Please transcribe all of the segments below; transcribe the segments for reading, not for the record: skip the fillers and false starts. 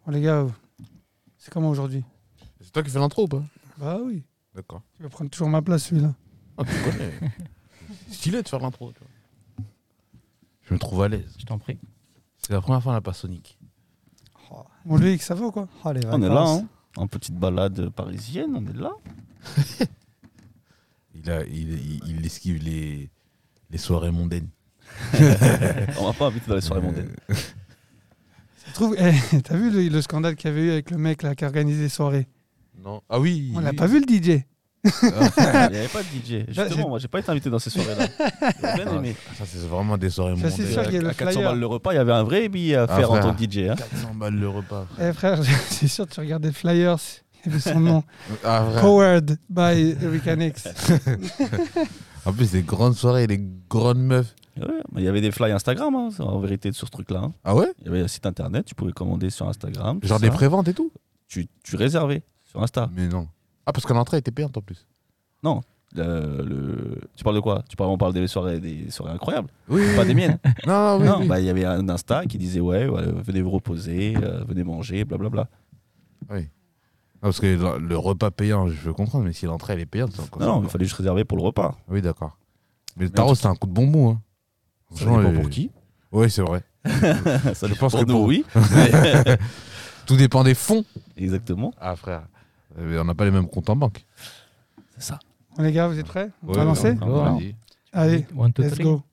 Bon, les gars, c'est comment aujourd'hui? C'est toi qui fais l'intro ou pas? Bah oui. D'accord. Tu vas prendre toujours ma place, celui-là. Ah, tu connais. Stylé de faire l'intro. Tu vois. Je me trouve à l'aise. Je t'en prie. C'est la première fois à la passe Sonic. Bon, lui, ça va ou quoi? Oh, les On est là, vacances. hein. En petite balade parisienne, on est là. Il esquive les soirées mondaines. On va pas inviter dans les soirées mondaines. Je trouve, t'as vu le scandale qu'il y avait eu avec le mec là, qui a organisé les soirées? Non. Ah oui. On l'a pas vu le DJ. Il n'y avait pas de DJ. Justement, moi, j'ai pas été invité dans ces soirées-là. J'ai bien aimé. Ça, c'est vraiment des soirées Ça, c'est mondaines. sûr qu'il y a le À 400 flyer. balles le repas, il y avait un vrai billet à faire en frère. tant que DJ. Hein. 400 balles le repas. Eh frère, c'est sûr, tu regardais le flyers, il y avait son nom. Ah, vrai. Powered by Hurricane X. En plus, des grandes soirées, des grandes meufs. Ouais, mais il y avait des fly Instagram, hein, en vérité, sur ce truc-là. Hein. Ah ouais? Il y avait un site internet, tu pouvais commander sur Instagram. tout Genre ça. des préventes et tout? Tu réservais sur Insta. Mais non. Ah, parce que l'entrée était payante en plus. Non. Tu parles de quoi? On parle des soirées incroyables. Oui. Pas des miennes. Non, oui. Non, oui. bah, il y avait un Insta qui disait ouais, venez vous reposer, venez manger, blablabla. Oui. Non, parce que le repas payant, je veux comprendre, mais si l'entrée elle est payante, c'est encore Non, il fallait juste réserver pour le repas. Oui, d'accord. Mais le tarot, c'est un coup de bonbon. Hein. Ça dépend pour qui. Oui, c'est vrai. Ça Je pense pour que nous, pour- oui. Tout dépend des fonds. Exactement. Ah, frère. On n'a pas les mêmes comptes en banque. C'est ça. Bon, les gars, vous êtes prêts? On Ouais, va lancer? ouais, vas-y. Allez, 1, 2, let's 3. go.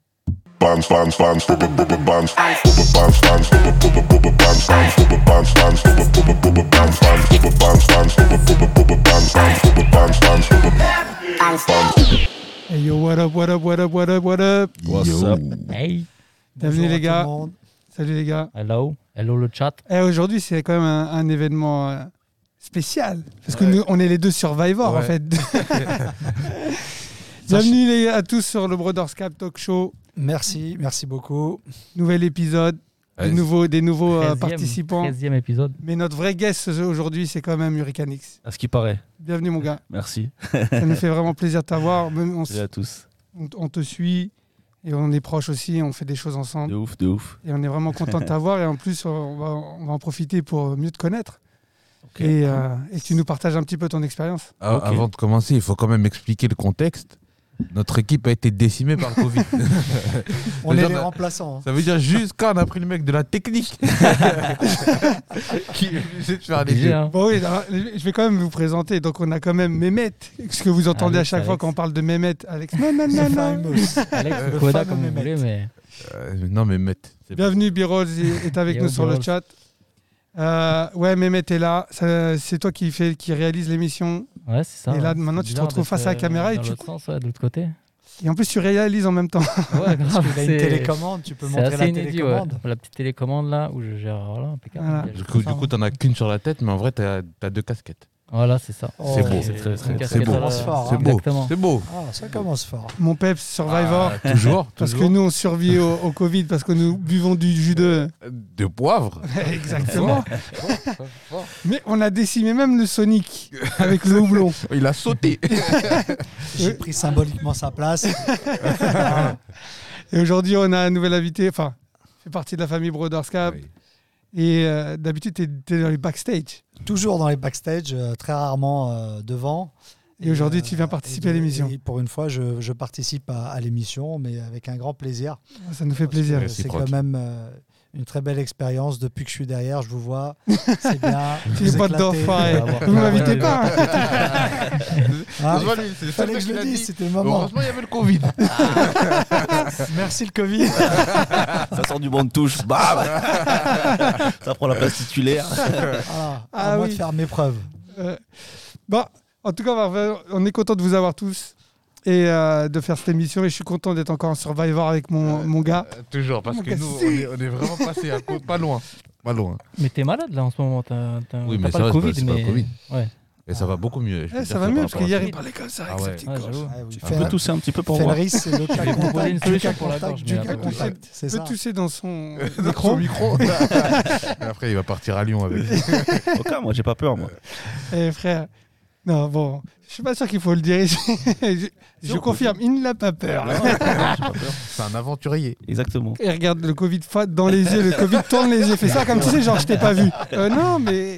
Hey yo, what up, what up, what up, what up, what up? What's Yo. up? Hey, Bienvenue les gars. Bonjour à tout le monde. Salut les gars. hello le chat. Aujourd'hui, c'est quand même un événement spécial. Parce que nous, on est les deux survivors Ouais. en fait. Bienvenue les gars, à tous sur le Brothers Cap Talk Show. Merci beaucoup. Nouvel épisode. Des Ouais, nouveaux 13e, participants. 13e épisode. Mais notre vrai guest aujourd'hui, c'est quand même Hurricane X. À ce qui paraît. Bienvenue mon gars. Merci. Ça nous fait vraiment plaisir de t'avoir. Même Salut à tous. on te suit et on est proches aussi. On fait des choses ensemble. De ouf. Et on est vraiment content de t'avoir. Et en plus, on va en profiter pour mieux te connaître. Ok. Et que tu nous partages un petit peu ton expérience. Ah, Ok. Avant de commencer, il faut quand même expliquer le contexte. Notre équipe a été décimée par le Covid. On est Genre, les remplaçants. hein. Ça veut dire juste quand on a pris le mec de la technique qui est obligé de faire les Obligé, deux. hein. Bon, oui, alors, je vais quand même vous présenter. Donc, on a quand même Mehmet. Ce que vous entendez à Alex, chaque fois Alex. quand on parle de Mehmet. Alex. Non, non, The non, non. famous. Alex le Koda, fameux comme vous Mehmet. voulez, mais Non, mais Met. Bienvenue, Birol est avec Yo, nous sur le Birol. chat. Ouais, Mehmet est là. C'est toi qui réalise l'émission. ouais, c'est ça. Et là, ouais. maintenant, C'est tu te bizarre retrouves d'être, face à la caméra et dans tu- l'autre sens, ouais, de l'autre côté. Et en plus, tu réalises en même temps. Ouais, Parce grave. qu'il a une télécommande, tu peux C'est montrer assez la inédit, ouais. télécommande. La petite télécommande là où je gère. Voilà, impeccable. Voilà. Il y a Du juste coup, ça, t'en as qu'une sur la tête, mais en vrai, t'as deux casquettes. Voilà, c'est ça. Oh, C'est beau. C'est très, très Une casquette, beau. là, commence fort, C'est hein. beau. Exactement. C'est beau. Ah, ça commence fort. Mon peps Survivor. Ah, toujours. Parce que toujours. nous, on survit au Covid parce que nous buvons du jus de. De poivre. Exactement. Mais on a décimé même le Sonic avec le houblon. Il a sauté. J'ai pris symboliquement sa place. Et aujourd'hui, on a un nouvel invité. Enfin, fait partie de la famille Brothers Cap. Oui. Et d'habitude, tu es dans les backstage. Toujours dans les backstage, très rarement devant. Et aujourd'hui, tu viens participer à l'émission. Et pour une fois, je participe à l'émission, mais avec un grand plaisir. Ça nous fait plaisir. Parce que C'est Réciproque. quand même une très belle expérience. Depuis que je suis derrière, je vous vois. C'est bien. Tu es pas éclatez. d'enfoiré. On va voir. Vous m'invitez pas. hein. Ah, Heureusement, lui, c'est le seul fallait que mec je qui le l'a dise, dit. c'était le moment. Heureusement, il y avait le Covid. Merci le Covid. Ça sort du banc de touche. Bam. Ça prend la place titulaire. Voilà, Ah à moi oui. de faire mes preuves. Bon, en tout cas, on est content de vous avoir tous et de faire cette émission. Et je suis content d'être encore en Survivor avec mon gars. Toujours, parce Mon que gars, nous, si. on est vraiment passé à côté, pas loin. Pas loin. Mais t'es malade là en ce moment. T'as Oui, mais pas ça, le c'est Covid, pas le mais. Covid. Ouais. Et ça va beaucoup mieux. je peux Eh, dire ça va mieux par parce rapport à qu'hier, ça. il parlait comme ça avec Ah sa ouais. petite Ouais, gorge. j'avoue. Ouais, oui. Tu peux tousser un petit peu pour voir. Fenris, c'est le cas vais trouver une solution du pour la cas gorge, contact, mais du cas après, contact. C'est Il peut ça. tousser dans son Dans micro. son micro. Et après, il va partir à Lyon avec. Ok, moi j'ai pas peur moi. Eh, frère. Non, bon, je suis pas sûr qu'il faut le dire ici. je confirme, il n'a pas peur. Non, j'ai pas peur. C'est un aventurier. Exactement. Il regarde le Covid dans les yeux, le Covid tourne les yeux, fait ça comme tu sais, genre je t'ai pas vu. Non, mais.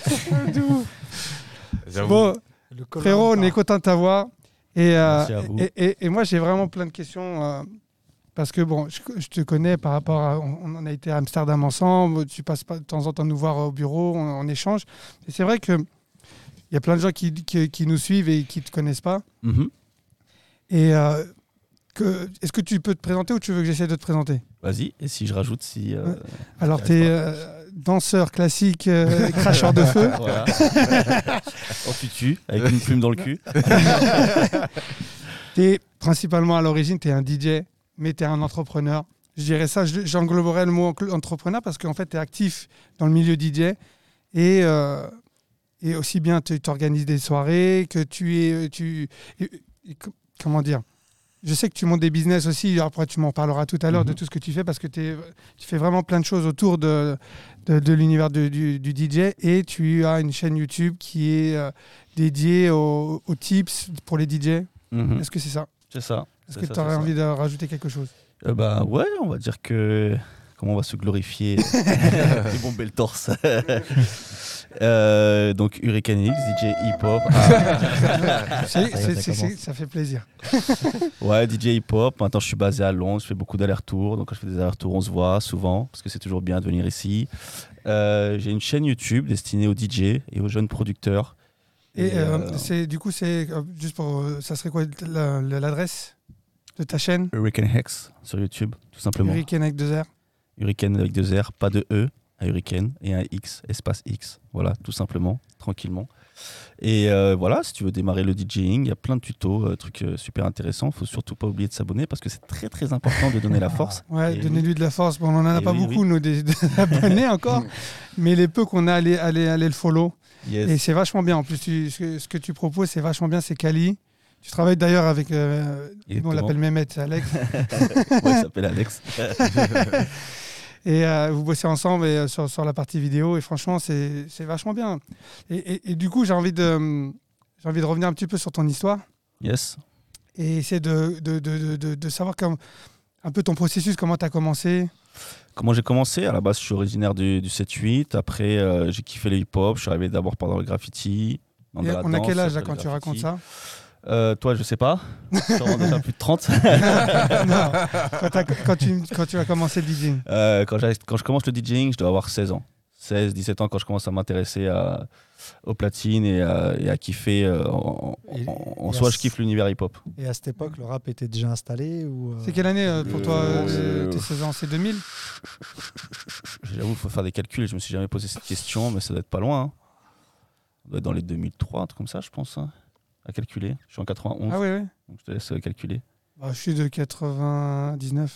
J'avoue. Bon, Le colon, frérot, on est content de t'avoir. Et, Merci à vous. et moi, j'ai vraiment plein de questions. Parce que bon, je te connais par rapport à. On a été à Amsterdam ensemble, tu passes pas de temps en temps nous voir au bureau, on échange. Et c'est vrai que. Il y a plein de gens qui nous suivent et qui ne te connaissent pas. Mhm. Et est-ce que tu peux te présenter ou tu veux que j'essaie de te présenter? Vas-y, et si je rajoute, si. Alors, tu es danseur classique, cracheur de feu. Voilà. En tutu, avec une plume dans le cul. Tu es principalement à l'origine, tu es un DJ, mais tu es un entrepreneur. Je dirais ça, j'engloberais le mot entrepreneur parce qu'en fait, tu es actif dans le milieu DJ et aussi bien tu organises des soirées, que comment dire? Je sais que tu montes des business aussi, après tu m'en parleras tout à l'heure de tout ce que tu fais parce que tu fais vraiment plein de choses autour de l'univers du DJ et tu as une chaîne YouTube qui est dédiée aux tips pour les DJ. Mhm. Est-ce que c'est ça? C'est ça. Est-ce que tu aurais envie de rajouter quelque chose? Bah ouais, on va dire que. Comment on va se glorifier et bomber le torse. Donc Hurricane X, DJ hip-hop. Ça fait plaisir. Ouais, DJ hip-hop. Maintenant, je suis basé à Londres. Je fais beaucoup d'allers-retours. Donc, quand je fais des allers-retours, on se voit souvent parce que c'est toujours bien de venir ici. J'ai une chaîne YouTube destinée aux DJ et aux jeunes producteurs. Du coup, c'est juste pour. Ça serait quoi l'adresse de ta chaîne? Hurricane X sur YouTube, tout simplement. Hurricane avec 2 R. Hurricane avec 2 R, pas de E, un Hurricane et un X, espace X. Voilà, tout simplement, tranquillement. Et voilà, si tu veux démarrer le DJing, il y a plein de tutos, trucs super intéressants. Il ne faut surtout pas oublier de s'abonner parce que c'est très très important de donner la force. Ouais, Et donnez-lui de la force. Bon, on n'en a Et pas oui, beaucoup, nous, des abonnés encore. Mais les peu qu'on a, allez le follow. Yes. Et c'est vachement bien. En plus, ce que tu proposes, c'est vachement bien. C'est quali. Tu travailles d'ailleurs avec. Nous, on l'appelle Mehmet, c'est Alex. Ouais, il s'appelle Alex. Et vous bossez ensemble sur la partie vidéo. Et franchement, c'est vachement bien. Et du coup, j'ai envie de revenir un petit peu sur ton histoire. Yes. Et essayer de savoir un peu ton processus, comment tu as commencé. Comment j'ai commencé? À la base, je suis originaire du 7-8. Après, j'ai kiffé le hip-hop. Je suis arrivé d'abord pendant le graffiti. On a quel âge là, quand tu racontes ça? Toi, je sais pas. Sûrement déjà plus de 30. Non, quand tu as commencé le DJing. Quand je commence le DJing, je dois avoir 16 ans. 16-17 ans quand je commence à m'intéresser aux platines et à kiffer. En soi, je kiffe l'univers hip-hop. Et à cette époque, le rap était déjà installé ou C'est quelle année pour toi, tes 16 ans? C'est 2000? J'avoue, il faut faire des calculs. Je me suis jamais posé cette question, mais ça doit être pas loin. Hein. Ça doit être dans les 2003, un truc comme ça, je pense. Hein, à calculer. Je suis en 91. Ah oui. Donc je te laisse calculer. Bah, je suis de 99.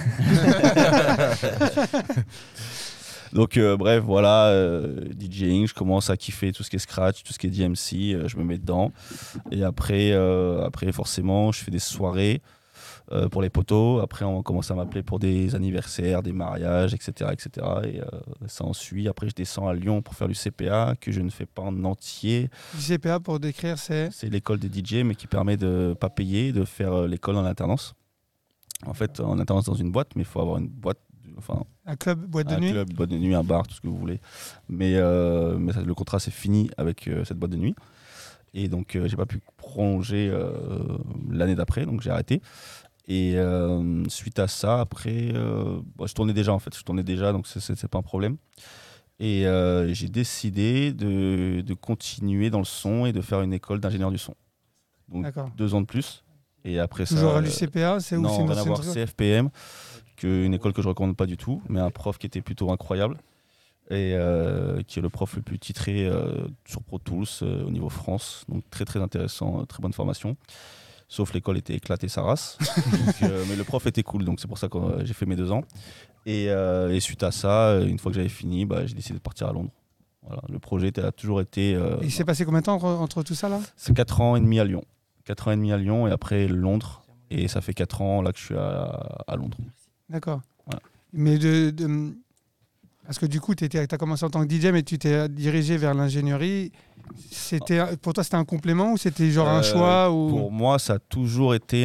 Donc bref, voilà, DJing, je commence à kiffer tout ce qui est scratch, tout ce qui est DMC, je me mets dedans. Et après forcément, je fais des soirées pour les potos. Après, on commence à m'appeler pour des anniversaires, des mariages, etc. etc. Et ça en suit. Après, je descends à Lyon pour faire du CPA, que je ne fais pas en entier. Du CPA, pour décrire, c'est l'école des DJ, mais qui permet de ne pas payer, de faire l'école en alternance. En fait, en alternance dans une boîte, mais il faut avoir une boîte. Enfin, un club, boîte de nuit. Un club, boîte de nuit, un bar, tout ce que vous voulez. Mais le contrat, c'est fini avec cette boîte de nuit. Et donc, j'ai pas pu prolonger l'année d'après, donc j'ai arrêté. Et suite à ça, après, je tournais déjà, donc c'est pas un problème. Et j'ai décidé de continuer dans le son et de faire une école d'ingénieur du son. Donc, 2 ans de plus. Et après toujours ça, à l'UCPA, c'est où? Non, on va avoir CFPM. Une école que je recommande pas du tout, mais un prof qui était plutôt incroyable et qui est le prof le plus titré sur Pro Tools au niveau France, donc très très intéressant, très bonne formation, sauf l'école était éclatée sa race. Mais le prof était cool, donc c'est pour ça que j'ai fait mes 2 ans et suite à ça, une fois que j'avais fini, j'ai décidé de partir à Londres. Voilà, le projet a toujours été... Et il s'est passé combien de temps entre tout ça là? C'est 4 ans et demi à Lyon. 4 ans et demi à Lyon et après Londres, et ça fait 4 ans là que je suis à Londres. D'accord. Voilà. Mais parce que du coup, tu as commencé en tant que DJ, mais tu t'es dirigé vers l'ingénierie. pour toi, c'était un complément ou c'était genre un choix ou... Pour moi, ça a toujours été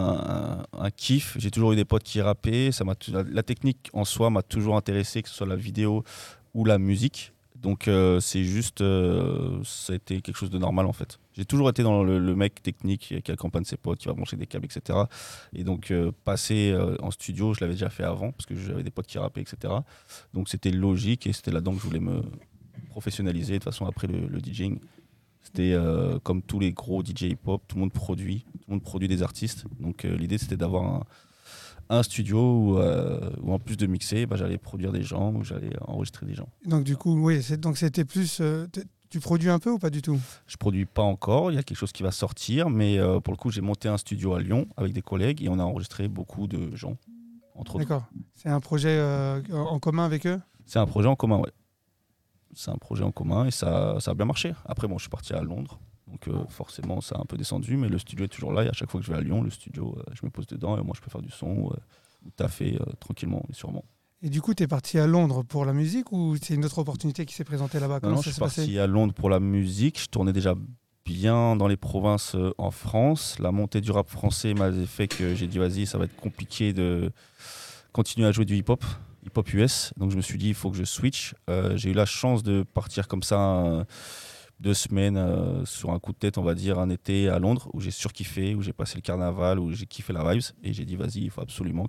un kiff. J'ai toujours eu des potes qui rappaient. La technique en soi m'a toujours intéressé, que ce soit la vidéo ou la musique. Donc c'est juste, ça a été quelque chose de normal en fait. J'ai toujours été dans le mec technique qui accompagne ses potes, qui va brancher des câbles, etc. Et donc passer en studio, je l'avais déjà fait avant parce que j'avais des potes qui rappaient, etc. Donc c'était logique et c'était là-dedans que je voulais me professionnaliser. De toute façon, après le DJing, c'était comme tous les gros DJ hip-hop, tout le monde produit des artistes. Donc l'idée c'était d'avoir un studio où en plus de mixer, j'allais produire des gens, où j'allais enregistrer des gens. Donc du coup, oui, donc c'était plus... tu produis un peu ou pas du tout? Je produis pas encore, il y a quelque chose qui va sortir, mais pour le coup, j'ai monté un studio à Lyon avec des collègues et on a enregistré beaucoup de gens, entre autres. D'accord. C'est un projet en commun avec eux? C'est un projet en commun, ouais. C'est un projet en commun et ça a bien marché. Après, bon, je suis parti à Londres. Donc forcément, ça a un peu descendu, mais le studio est toujours là. Et à chaque fois que je vais à Lyon, le studio, je me pose dedans et moi, je peux faire du son ou taffer tranquillement, mais sûrement. Et du coup, tu es parti à Londres pour la musique ou c'est une autre opportunité qui s'est présentée là-bas? Non, je suis parti à Londres pour la musique. Je tournais déjà bien dans les provinces en France. La montée du rap français m'a fait que j'ai dit, vas-y, ça va être compliqué de continuer à jouer du hip-hop US. Donc je me suis dit, il faut que je switch. J'ai eu la chance de partir comme ça 2 semaines sur un coup de tête, on va dire, un été à Londres, où j'ai surkiffé, où j'ai passé le carnaval, où j'ai kiffé la vibes. Et j'ai dit, vas-y, il faut absolument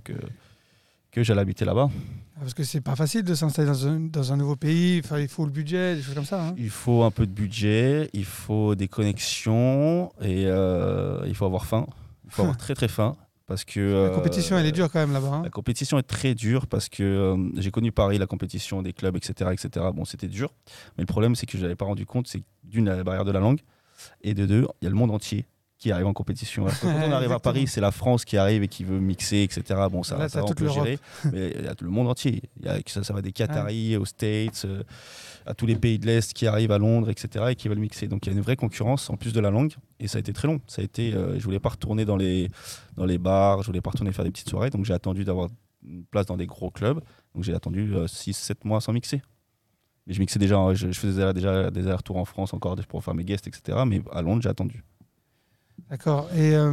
que j'allais habiter là-bas. Parce que c'est pas facile de s'installer dans un nouveau pays. Enfin, il faut le budget, des choses comme ça. Hein. Il faut un peu de budget, il faut des connexions et il faut avoir faim. Il faut avoir très très faim. Parce que, la compétition, elle est dure quand même là-bas. Hein. La compétition est très dure parce que j'ai connu Paris, la compétition des clubs, etc. etc. Bon, c'était dur. Mais le problème, c'est que je n'avais pas rendu compte, c'est d'une, la barrière de la langue, et de deux, il y a le monde entier qui arrive en compétition. Parce que quand on arrive à Paris, c'est la France qui arrive et qui veut mixer, etc. Bon, ça là, on peut gérer. Mais il y a le monde entier. Ça va des Qataris aux States, à tous les pays de l'Est qui arrivent à Londres, etc. et qui veulent mixer. Donc il y a une vraie concurrence en plus de la langue. Et ça a été très long. Ça a été, je voulais pas retourner dans les bars, je voulais pas retourner faire des petites soirées. Donc j'ai attendu d'avoir une place dans des gros clubs. Donc j'ai attendu 6-7 mois sans mixer. Mais je mixais déjà, je faisais déjà des allers-retours en France encore pour faire mes guests, etc. Mais à Londres, j'ai attendu. D'accord.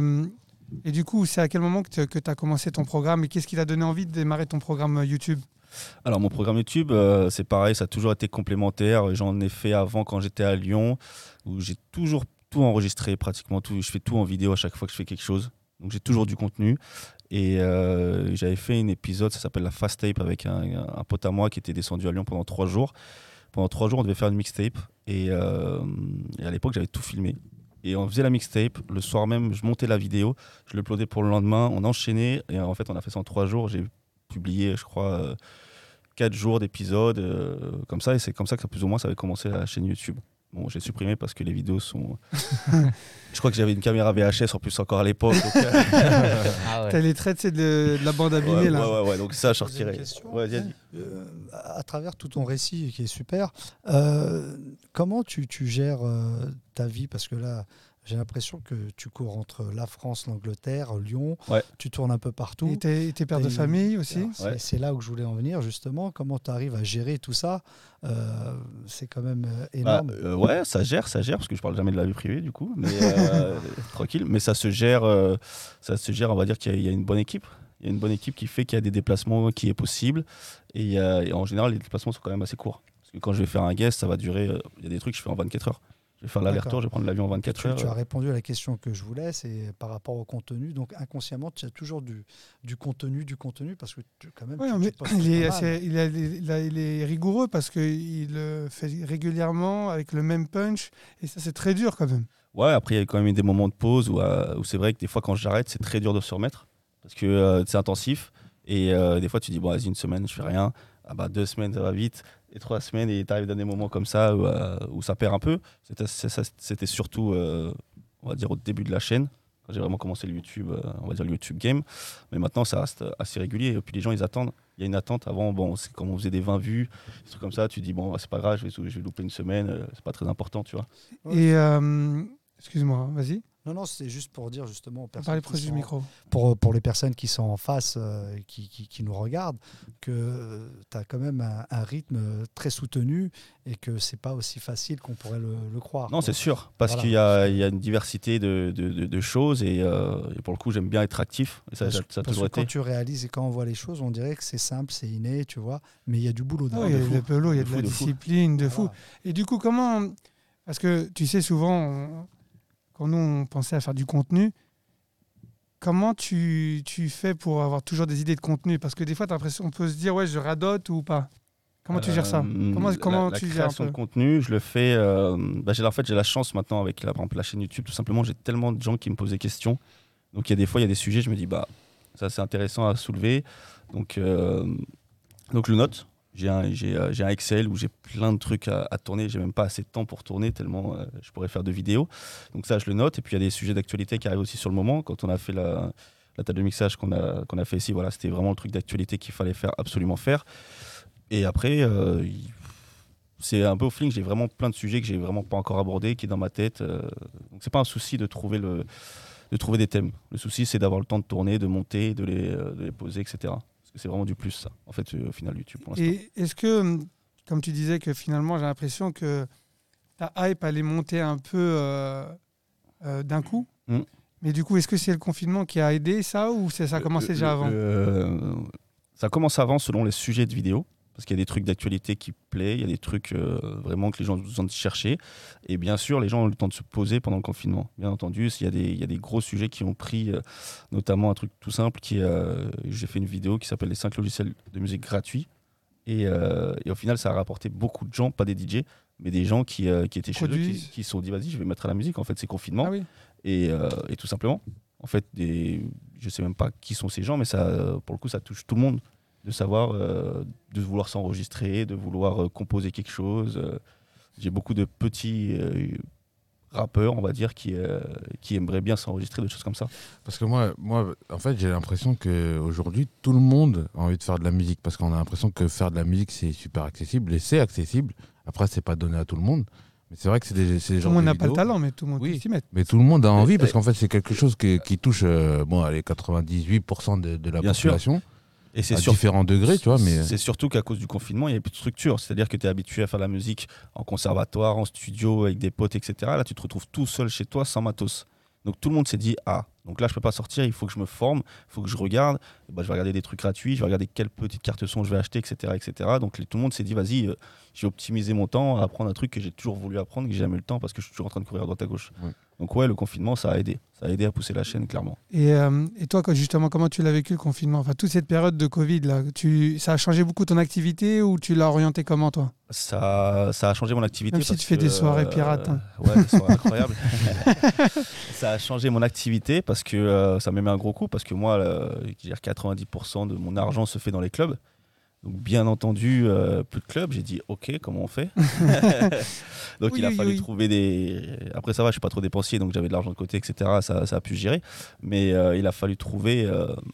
Et du coup, c'est à quel moment que tu as commencé ton programme et qu'est-ce qui t'a donné envie de démarrer ton programme YouTube? Alors mon programme YouTube, c'est pareil, ça a toujours été complémentaire. J'en ai fait avant quand j'étais à Lyon, où j'ai toujours tout enregistré, pratiquement tout. Je fais tout en vidéo à chaque fois que je fais quelque chose. Donc j'ai toujours du contenu. Et j'avais fait un épisode, ça s'appelle la Fast Tape, avec un pote à moi qui était descendu à Lyon pendant 3 jours. Pendant 3 jours, on devait faire une mixtape. Et à l'époque, j'avais tout filmé. Et on faisait la mixtape, le soir même, je montais la vidéo, je l'uploadais pour le lendemain, on enchaînait, et en fait on a fait ça en 3 jours, j'ai publié je crois 4 jours d'épisodes, comme ça, et c'est comme ça que plus ou moins ça avait commencé la chaîne YouTube. Bon, j'ai supprimé parce que les vidéos sont... je crois que j'avais une caméra VHS en plus encore à l'époque. Donc... Ah ouais. T'as les traits de la bande abîmée là. Ouais, donc ça je retirais. Ouais, à travers tout ton récit qui est super, comment tu gères ta vie? Parce que là, j'ai l'impression que tu cours entre la France, l'Angleterre, Lyon, tu tournes un peu partout. Et t'es père de famille aussi. C'est là où je voulais en venir justement. Comment tu arrives à gérer tout ça? C'est quand même énorme. Ouais, ça gère, parce que je parle jamais de la vie privée du coup, mais tranquille. Mais ça se gère, on va dire qu'il y a une bonne équipe. Il y a une bonne équipe qui fait qu'il y a des déplacements qui est possible. Et en général, les déplacements sont quand même assez courts. Parce que quand je vais faire un guest, ça va durer... Il y a des trucs que je fais en 24 heures. Je vais faire l'aller-retour, je vais prendre l'avion en 24 heures. Tu as répondu à la question que je voulais, c'est par rapport au contenu. Donc inconsciemment, tu as toujours du contenu, parce que quand même... il est rigoureux parce qu'il le fait régulièrement avec le même punch. Et ça, c'est très dur quand même. Ouais, après, il y a quand même eu des moments de pause où c'est vrai que des fois, quand j'arrête, c'est très dur de se remettre. Parce que c'est intensif. Et des fois, tu dis, bon, vas-y, 1 semaine, je fais rien. 2 semaines, ça va vite. Et 3 semaines, et tu arrives dans des moments comme ça où ça perd un peu. C'était surtout, on va dire, au début de la chaîne, quand j'ai vraiment commencé le YouTube, on va dire le YouTube game. Mais maintenant, ça reste assez régulier. Et puis les gens, ils attendent. Il y a une attente. Avant, bon, c'est comme on faisait des 20 vues, des trucs comme ça. Tu dis, bon, c'est pas grave, je vais louper 1 semaine, c'est pas très important, tu vois. Et Excuse-moi, vas-y. Non, c'est juste pour dire justement aux personnes Parlez qui proche du sont- micro. pour les personnes qui sont en face, qui nous regardent, que tu as quand même un rythme très soutenu et que c'est pas aussi facile qu'on pourrait le croire. Non, quoi. c'est sûr, parce Voilà. qu'il y a une diversité de choses et pour le coup, j'aime bien être actif. Et ça, Parce, ça a parce toujours que été. quand tu réalises et quand on voit les choses, on dirait que c'est simple, c'est inné, tu vois, mais il y a du boulot Ah dedans. oui, il y a de fou. le pelo, il y a De de la fou, de fou. discipline, de fou. Voilà. Et du coup, comment... Parce que tu sais, souvent, quand nous, on pensait à faire du contenu, comment tu fais pour avoir toujours des idées de contenu? Parce que des fois, on peut se dire, ouais, je radote ou pas. Comment tu gères ça? Comment la tu gères un création peu? de contenu, je le fais. J'ai la chance maintenant avec par exemple, la chaîne YouTube, tout simplement, j'ai tellement de gens qui me posent des questions. Donc il y a des sujets, je me dis, bah, ça c'est intéressant à soulever. Donc je le note. J'ai un Excel où j'ai plein de trucs à tourner. J'ai même pas assez de temps pour tourner tellement je pourrais faire de vidéos. Donc ça, je le note. Et puis il y a des sujets d'actualité qui arrivent aussi sur le moment. Quand on a fait la table de mixage qu'on a fait ici, voilà, c'était vraiment le truc d'actualité qu'il fallait absolument faire. Et après, c'est un peu au feeling. J'ai vraiment plein de sujets que j'ai vraiment pas encore abordés, qui est dans ma tête. Donc c'est pas un souci de trouver des thèmes. Le souci, c'est d'avoir le temps de tourner, de monter, de les poser, etc. C'est vraiment du plus, ça, en fait, au final, YouTube, pour l'instant. Et est-ce que, comme tu disais, que finalement, j'ai l'impression que ta hype allait monter un peu d'un coup. Mm. Mais du coup, est-ce que c'est le confinement qui a aidé ça ou ça a commencé déjà avant? Ça commence avant selon les sujets de vidéo. Parce qu'il y a des trucs d'actualité qui plaisent, il y a des trucs vraiment que les gens ont besoin de chercher. Et bien sûr, les gens ont eu le temps de se poser pendant le confinement. Bien entendu, il y a des gros sujets qui ont pris, notamment un truc tout simple, j'ai fait une vidéo qui s'appelle les 5 logiciels de musique gratuits. Et au final, ça a rapporté beaucoup de gens, pas des DJ, mais des gens qui étaient chez eux, qui se sont dit, vas-y, je vais mettre à la musique. En fait, c'est confinement. Ah oui. Et tout simplement, en fait, je sais même pas qui sont ces gens, mais ça, pour le coup, ça touche tout le monde. De savoir, de vouloir s'enregistrer, de vouloir composer quelque chose. J'ai beaucoup de petits rappeurs, on va dire, qui aimeraient bien s'enregistrer, des choses comme ça. Parce que moi, en fait, j'ai l'impression qu'aujourd'hui, tout le monde a envie de faire de la musique. Parce qu'on a l'impression que faire de la musique, c'est super accessible. Et c'est accessible. Après, c'est pas donné à tout le monde. Mais c'est vrai que c'est des Tout gens le monde n'a pas le talent, mais tout le monde peut s'y mettre. Mais tout le monde a envie, parce qu'en fait, c'est quelque chose qui touche les 98% de la Bien sûr. population. Et c'est à différents degrés, tu vois. Mais c'est surtout qu'à cause du confinement, il n'y a plus de structure. C'est-à-dire que tu es habitué à faire de la musique en conservatoire, en studio, avec des potes, etc. Là, tu te retrouves tout seul chez toi, sans matos. Donc tout le monde s'est dit, donc là, je peux pas sortir, il faut que je me forme, il faut que je regarde. Et je vais regarder des trucs gratuits, je vais regarder quelle petite carte son je vais acheter, etc. etc. Donc tout le monde s'est dit, vas-y, j'ai optimisé mon temps à apprendre un truc que j'ai toujours voulu apprendre, que j'ai jamais eu le temps parce que je suis toujours en train de courir à droite à gauche. Ouais. Donc ouais, le confinement, ça a aidé. Ça a aidé à pousser la chaîne, clairement. Et toi, justement, comment tu l'as vécu le confinement? Enfin, toute cette période de Covid, là, ça a changé beaucoup ton activité ou tu l'as orienté comment, toi? Ça a changé mon activité. Même si tu fais des soirées pirates. Hein. Ouais, des soirées incroyables. Ça a changé mon activité parce que ça m'a mis un gros coup. Parce que moi, 90% de mon argent se fait dans les clubs. Donc, bien entendu, plus de clubs. J'ai dit, OK, comment on fait? Donc, il a fallu trouver des. Après, ça va, je suis pas trop dépensier, donc j'avais de l'argent de côté, etc. Ça a pu gérer. Mais il a fallu trouver,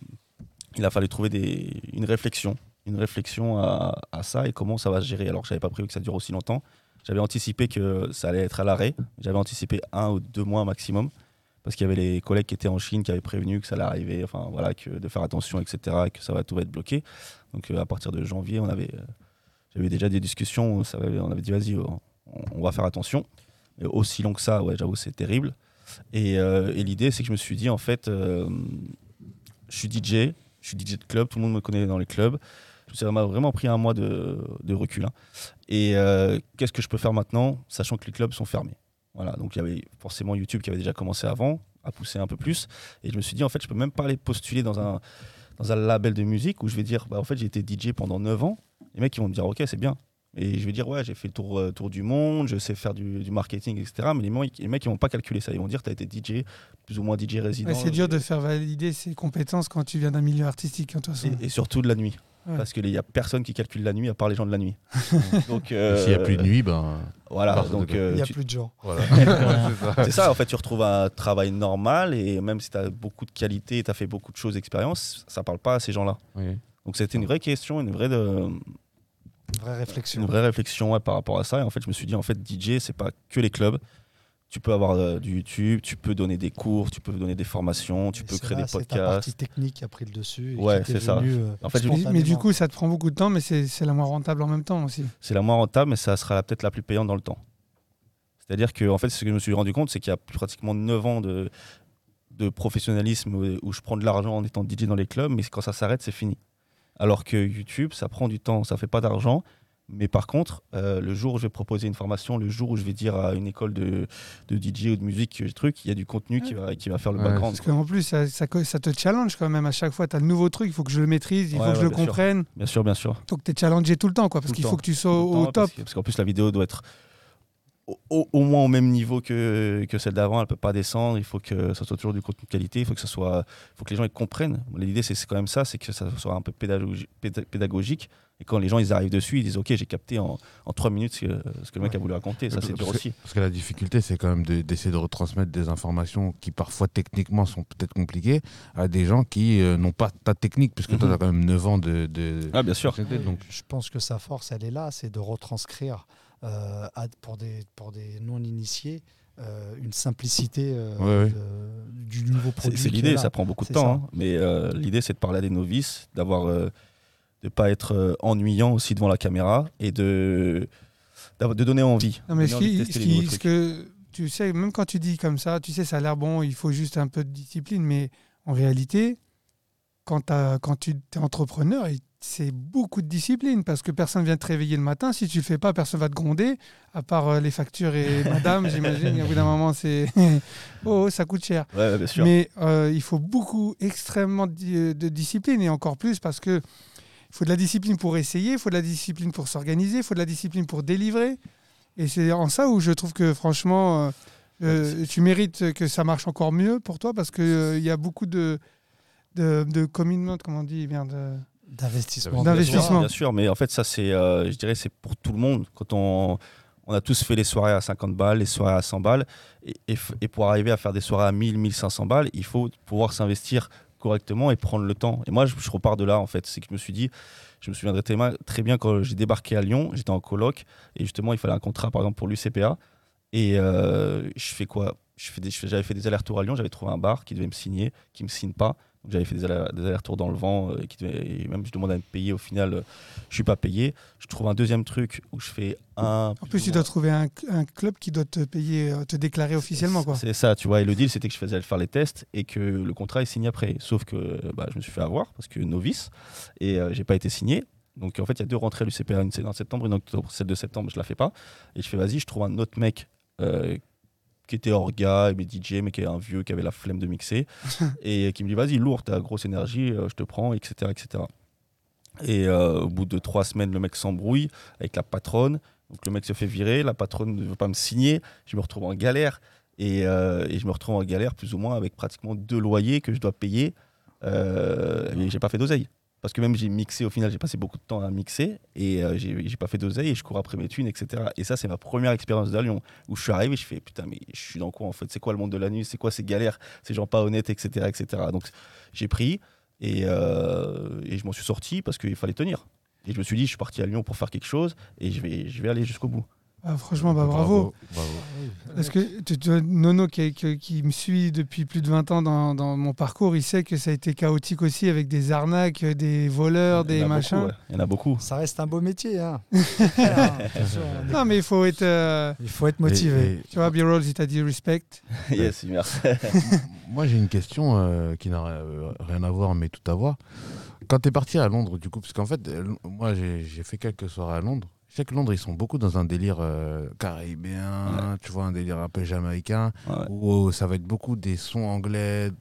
une réflexion. Une réflexion à ça et comment ça va se gérer. Alors que je n'avais pas prévu que ça dure aussi longtemps. J'avais anticipé que ça allait être à l'arrêt. J'avais anticipé 1 ou 2 mois maximum. Parce qu'il y avait les collègues qui étaient en Chine qui avaient prévenu que ça allait arriver, enfin voilà, de faire attention, etc. Et que tout va être bloqué. Donc à partir de janvier, j'avais déjà des discussions. On avait dit vas-y, on va faire attention. Et aussi long que ça, ouais, j'avoue, c'est terrible. Et l'idée, c'est que je me suis dit en fait, je suis DJ de club, tout le monde me connaît dans les clubs. Ça m'a vraiment pris 1 mois de recul. Hein. Et qu'est-ce que je peux faire maintenant, sachant que les clubs sont fermés? Voilà, donc il y avait forcément YouTube qui avait déjà commencé avant, à pousser un peu plus. Et je me suis dit, en fait, je peux même pas aller postuler dans un label de musique où je vais dire, en fait, j'ai été DJ pendant 9 ans. Les mecs, ils vont me dire, OK, c'est bien. Et je vais dire, ouais, j'ai fait le tour du monde, je sais faire du marketing, etc. Mais les mecs, ils vont pas calculer ça. Ils vont dire, tu as été DJ, plus ou moins DJ résident. Ouais, c'est dur de faire valider ses compétences quand tu viens d'un milieu artistique, hein, de toute façon. Et surtout de la nuit. Ouais. Parce qu'il n'y a personne qui calcule la nuit à part les gens de la nuit. Donc, s'il n'y a plus de nuit, voilà, donc Il n'y a plus de gens. Voilà. C'est ça, en fait, tu retrouves un travail normal et même si tu as beaucoup de qualité et tu as fait beaucoup de choses d'expérience, ça ne parle pas à ces gens-là. Oui. Donc c'était une vraie question, une vraie réflexion. Une vraie réflexion par rapport à ça. Et en fait, je me suis dit, en fait, DJ, c'est pas que les clubs. Tu peux avoir du YouTube, tu peux donner des cours, tu peux donner des formations, tu Et peux c'est créer là, des c'est ta podcasts. partie technique qui a pris le dessus. Et Ouais, qui t'est c'est ça. venue, En fait, Mais du spontanément. coup, ça te prend beaucoup de temps, mais c'est la moins rentable en même temps aussi. C'est la moins rentable, mais ça sera peut-être la plus payante dans le temps. C'est-à-dire que en fait, ce que je me suis rendu compte, c'est qu'il y a pratiquement 9 ans de professionnalisme où je prends de l'argent en étant DJ dans les clubs, mais quand ça s'arrête, c'est fini. Alors que YouTube, ça prend du temps, ça fait pas d'argent. Mais par contre, le jour où je vais proposer une formation, le jour où je vais dire à une école de DJ ou de musique, il y a du contenu qui va faire le Ouais, background. Parce qu'en plus, ça te challenge quand même à chaque fois. Tu as le nouveau truc, il faut que je le maîtrise, il faut que je le bien sûr. comprenne. Bien sûr, bien sûr. Il faut que tu es challengé tout le temps, quoi, parce Tout le qu'il temps. faut que tu sois Tout le au temps, top. Parce qu'en plus, la vidéo doit être au moins au même niveau que celle d'avant. Elle ne peut pas descendre. Il faut que ça soit toujours du contenu de qualité. Il faut que les gens ils comprennent. L'idée, c'est quand même ça, c'est que ça soit un peu pédagogique. Et quand les gens ils arrivent dessus, ils disent OK, j'ai capté en 3 minutes ce que le mec a voulu raconter. Ça, c'est dur aussi. Parce que la difficulté, c'est quand même d'essayer de retransmettre des informations qui parfois techniquement sont peut-être compliquées à des gens qui n'ont pas ta technique, puisque toi, tu as quand même 9 ans de Ah, bien sûr. donc, Je pense que sa force, elle est là, c'est de retranscrire pour des non-initiés une simplicité du nouveau produit. C'est qui est l'idée, là. ça prend beaucoup de C'est temps. ça. Hein. Mais l'idée, c'est de parler à des novices, de pas être ennuyant aussi devant la caméra et de donner envie. Non, mais Donner envie de tester les nouveaux ce trucs. que tu sais, même quand tu dis comme ça, tu sais, ça a l'air bon, il faut juste un peu de discipline, mais en réalité, quand tu es entrepreneur, c'est beaucoup de discipline parce que personne vient te réveiller le matin. Si tu le fais pas, personne va te gronder, à part les factures et madame, j'imagine. Au bout d'un moment, c'est oh, ça coûte cher. Ouais, bien sûr. Mais il faut extrêmement de discipline et encore plus parce que il faut de la discipline pour essayer, il faut de la discipline pour s'organiser, il faut de la discipline pour délivrer. Et c'est en ça où je trouve que franchement, tu mérites que ça marche encore mieux pour toi parce qu'il y a beaucoup de commitment, comment on dit, D'investissement. D'investissement. Bien sûr, mais en fait, ça, je dirais, c'est pour tout le monde. Quand on a tous fait les soirées à 50 balles, les soirées à 100 balles, et pour arriver à faire des soirées à 1000, 1500 balles, il faut pouvoir s'investir correctement et prendre le temps. Et moi, je repars de là, en fait. C'est que je me suis dit, je me souviendrai très bien quand j'ai débarqué à Lyon, j'étais en coloc, et justement, il fallait un contrat, par exemple, pour l'UCPA. Et je fais quoi ? J'avais fait des allers-retours à Lyon, j'avais trouvé un bar qui devait me signer, qui ne me signe pas. Donc, j'avais fait des allers-retours dans le vent, et même je demande à me payer, au final, je ne suis pas payé. Je trouve un deuxième truc où je fais un... En plus, tu dois trouver un club qui doit te payer, te déclarer officiellement, quoi. C'est ça, tu vois. Et le deal, c'était que je faisais faire les tests et que le contrat est signé après. Sauf que je me suis fait avoir parce que novice et j'ai pas été signé. Donc en fait, il y a 2 rentrées à l'UCPA, une en septembre, une en octobre. Celle de septembre, je la fais pas. Et je fais vas-y, je trouve un autre mec qui était orga, mais DJ, mais qui est un vieux, qui avait la flemme de mixer et qui me dit vas-y, lourd, t'as grosse énergie, je te prends, etc. etc. Et au bout de 3 semaines, le mec s'embrouille avec la patronne. Donc le mec se fait virer, la patronne ne veut pas me signer, je me retrouve en galère et je me retrouve en galère plus ou moins avec pratiquement 2 loyers que je dois payer et j'ai pas fait d'oseille. Parce que même j'ai mixé, au final j'ai passé beaucoup de temps à mixer et j'ai pas fait d'oseille et je cours après mes thunes, etc. Et ça c'est ma première expérience de Lyon où je suis arrivé, je fais putain mais je suis dans quoi en fait, c'est quoi le monde de la nuit, c'est quoi ces galères, ces gens pas honnêtes, etc. etc. Donc j'ai pris et je m'en suis sorti parce qu'il fallait tenir. Et je me suis dit, je suis parti à Lyon pour faire quelque chose et je vais aller jusqu'au bout. Ah, franchement, bravo. Parce que Nono, qui me suit depuis plus de 20 ans dans mon parcours, il sait que ça a été chaotique aussi avec des arnaques, des voleurs, des machins. Beaucoup, ouais. Il y en a beaucoup. Ça reste un beau métier. Hein. Non, mais il faut être motivé. Tu vois, B-Rolls, il t'a dit respect. Yes, merci. Moi, j'ai une question qui n'a rien à voir, mais tout à voir. Quand tu es parti à Londres, du coup, parce qu'en fait, moi, j'ai fait quelques soirées à Londres. Je sais que Londres, ils sont beaucoup dans un délire caribéen, tu vois, un délire un peu jamaïcain, où ça va être beaucoup des sons anglais,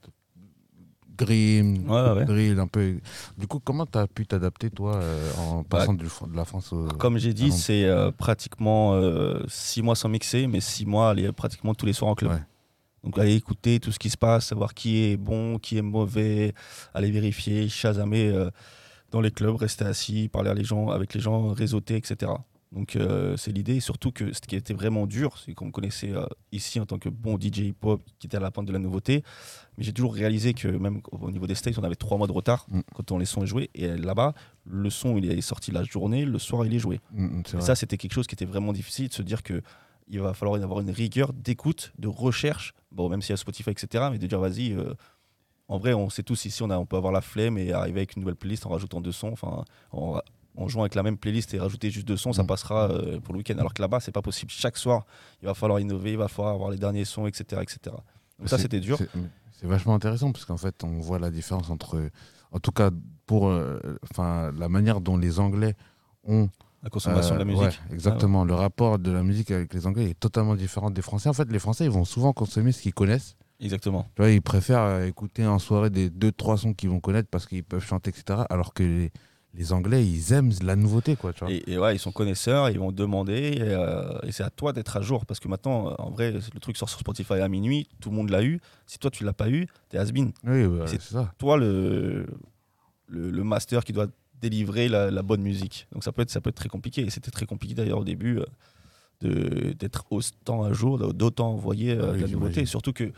grime, drill, un peu. Du coup, comment tu as pu t'adapter, toi, en passant de la France au... Comme j'ai dit, c'est pratiquement 6 mois sans mixer, mais 6 mois, aller pratiquement tous les soirs en club. Ouais. Donc, aller écouter tout ce qui se passe, savoir qui est bon, qui est mauvais, aller vérifier, chasamer dans les clubs, rester assis, parler avec les gens, réseauter, etc. Donc, c'est l'idée. Et surtout que ce qui était vraiment dur, c'est qu'on me connaissait ici en tant que bon DJ hip-hop qui était à la pointe de la nouveauté. Mais j'ai toujours réalisé que même au niveau des States, on avait 3 mois de retard quand les sons est joué. Et là-bas, le son, il est sorti la journée, le soir, il est joué. Et ça, c'était quelque chose qui était vraiment difficile de se dire que il va falloir avoir une rigueur d'écoute, de recherche, bon, même s'il y a Spotify, etc., mais de dire vas-y, en vrai, on sait tous ici, on peut avoir la flemme et arriver avec une nouvelle playlist en rajoutant 2 sons, enfin, en jouant avec la même playlist et rajouter juste 2 sons, ça passera pour le week-end. Alors que là-bas, c'est pas possible. Chaque soir, il va falloir innover, il va falloir avoir les derniers sons, etc. etc. Donc ça, c'était dur. C'est vachement intéressant parce qu'en fait, on voit la différence entre, en tout cas, pour la manière dont les Anglais ont La consommation de la musique. Ouais, exactement. Le rapport de la musique avec les Anglais est totalement différent des Français. En fait, les Français, ils vont souvent consommer ce qu'ils connaissent. Exactement. Tu vois, ils préfèrent écouter en soirée des 2-3 sons qu'ils vont connaître parce qu'ils peuvent chanter, etc. Alors que les Anglais, ils aiment la nouveauté, quoi. Tu vois. Et ouais, ils sont connaisseurs, ils vont demander, et c'est à toi d'être à jour. Parce que maintenant, en vrai, le truc sort sur Spotify à minuit, tout le monde l'a eu. Si toi, tu l'as pas eu, t'es has-been. Oui, bah, c'est c'est ça. toi le master qui doit délivrer la bonne musique. Donc ça peut être très compliqué. Et c'était très compliqué d'ailleurs au début d'être autant à jour, d'autant envoyer de la nouveauté. Surtout que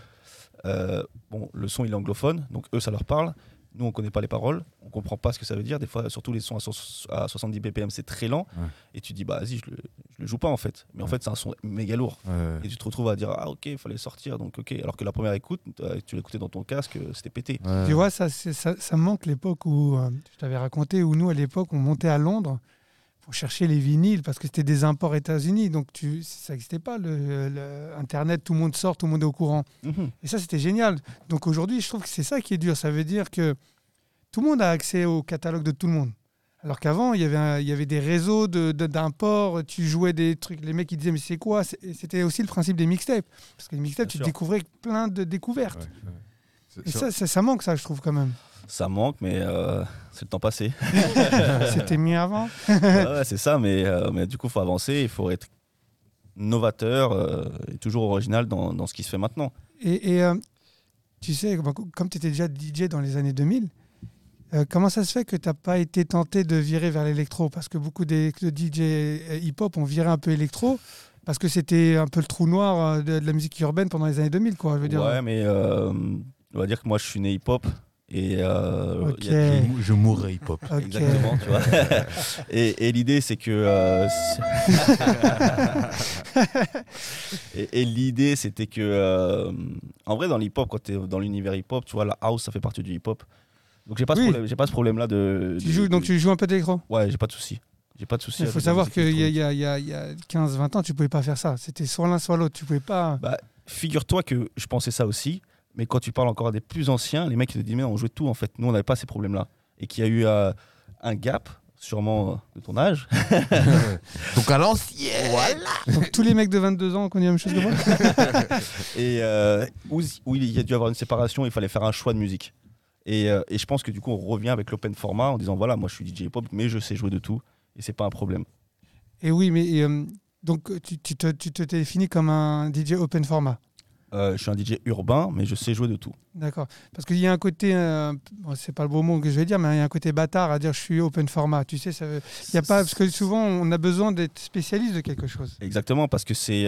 le son il est anglophone, donc eux ça leur parle. Nous, on ne connaît pas les paroles, on ne comprend pas ce que ça veut dire. Des fois, surtout les sons à 70 BPM, c'est très lent. Ouais. Et tu dis, bah vas-y, je le joue pas en fait. Mais en fait, c'est un son méga lourd. Ouais. Et tu te retrouves à dire, ah ok, il fallait sortir. Donc ok. Alors que la première écoute, tu l'écoutais dans ton casque, c'était pété. Ouais. Tu vois, ça me manque l'époque où, je t'avais raconté, où nous, à l'époque, on montait à Londres pour chercher les vinyles parce que c'était des imports États-Unis. Donc ça n'existait pas, Internet, tout le monde sort, tout le monde est au courant. Mm-hmm. Et ça, c'était génial. Donc aujourd'hui, je trouve que c'est ça qui est dur. Ça veut dire que tout le monde a accès au catalogue de tout le monde. Alors qu'avant, il y avait des réseaux d'import, tu jouais des trucs, les mecs ils disaient mais c'est quoi ? C'était aussi le principe des mixtapes. Parce que les mixtapes, tu découvrais plein de découvertes. Ouais. Et ça manque, ça, je trouve quand même. Ça manque, mais c'est le temps passé. C'était mieux avant. Ouais, c'est ça, mais du coup, il faut avancer, il faut être novateur et toujours original dans ce qui se fait maintenant. Et tu sais, comme tu étais déjà DJ dans les années 2000, comment ça se fait que tu n'as pas été tenté de virer vers l'électro ? Parce que beaucoup de DJ hip-hop ont viré un peu électro, parce que c'était un peu le trou noir de la musique urbaine pendant les années 2000, quoi, je veux dire. Ouais, mais on va dire que moi, je suis né hip-hop. Et je mourrais hip-hop. Okay. Exactement, tu vois. et l'idée, c'est que... et l'idée, c'était que... en vrai, dans l'hip-hop, quand tu es dans l'univers hip-hop, tu vois, la house, ça fait partie du hip-hop. Donc, j'ai pas ce problème-là de... Donc, tu joues un peu d'électro ? Ouais, j'ai pas de souci. Il faut savoir qu'il y a 15-20 ans, tu pouvais pas faire ça. C'était soit l'un, soit l'autre. Tu pouvais pas... Bah, figure-toi que je pensais ça aussi. Mais quand tu parles encore à des plus anciens, les mecs ils te disent mais on jouait tout en fait. Nous on n'avait pas ces problèmes-là. Et qu'il y a eu un gap, sûrement de ton âge. Donc à l'ancienne. Voilà. Donc tous les mecs de 22 ans ont connu la même chose que moi. Et où il y a dû avoir une séparation, il fallait faire un choix de musique. Et je pense que du coup on revient avec l'open format en disant voilà, moi je suis DJ hip-hop, mais je sais jouer de tout. Et c'est pas un problème. Et oui, mais donc tu te définis comme un DJ open format. Je suis un DJ urbain, mais je sais jouer de tout. D'accord. Parce qu'il y a un côté, c'est pas le beau mot que je vais dire, mais il y a un côté bâtard à dire je suis open format. Tu sais, y a pas, parce que souvent on a besoin d'être spécialiste de quelque chose. Exactement, parce que c'est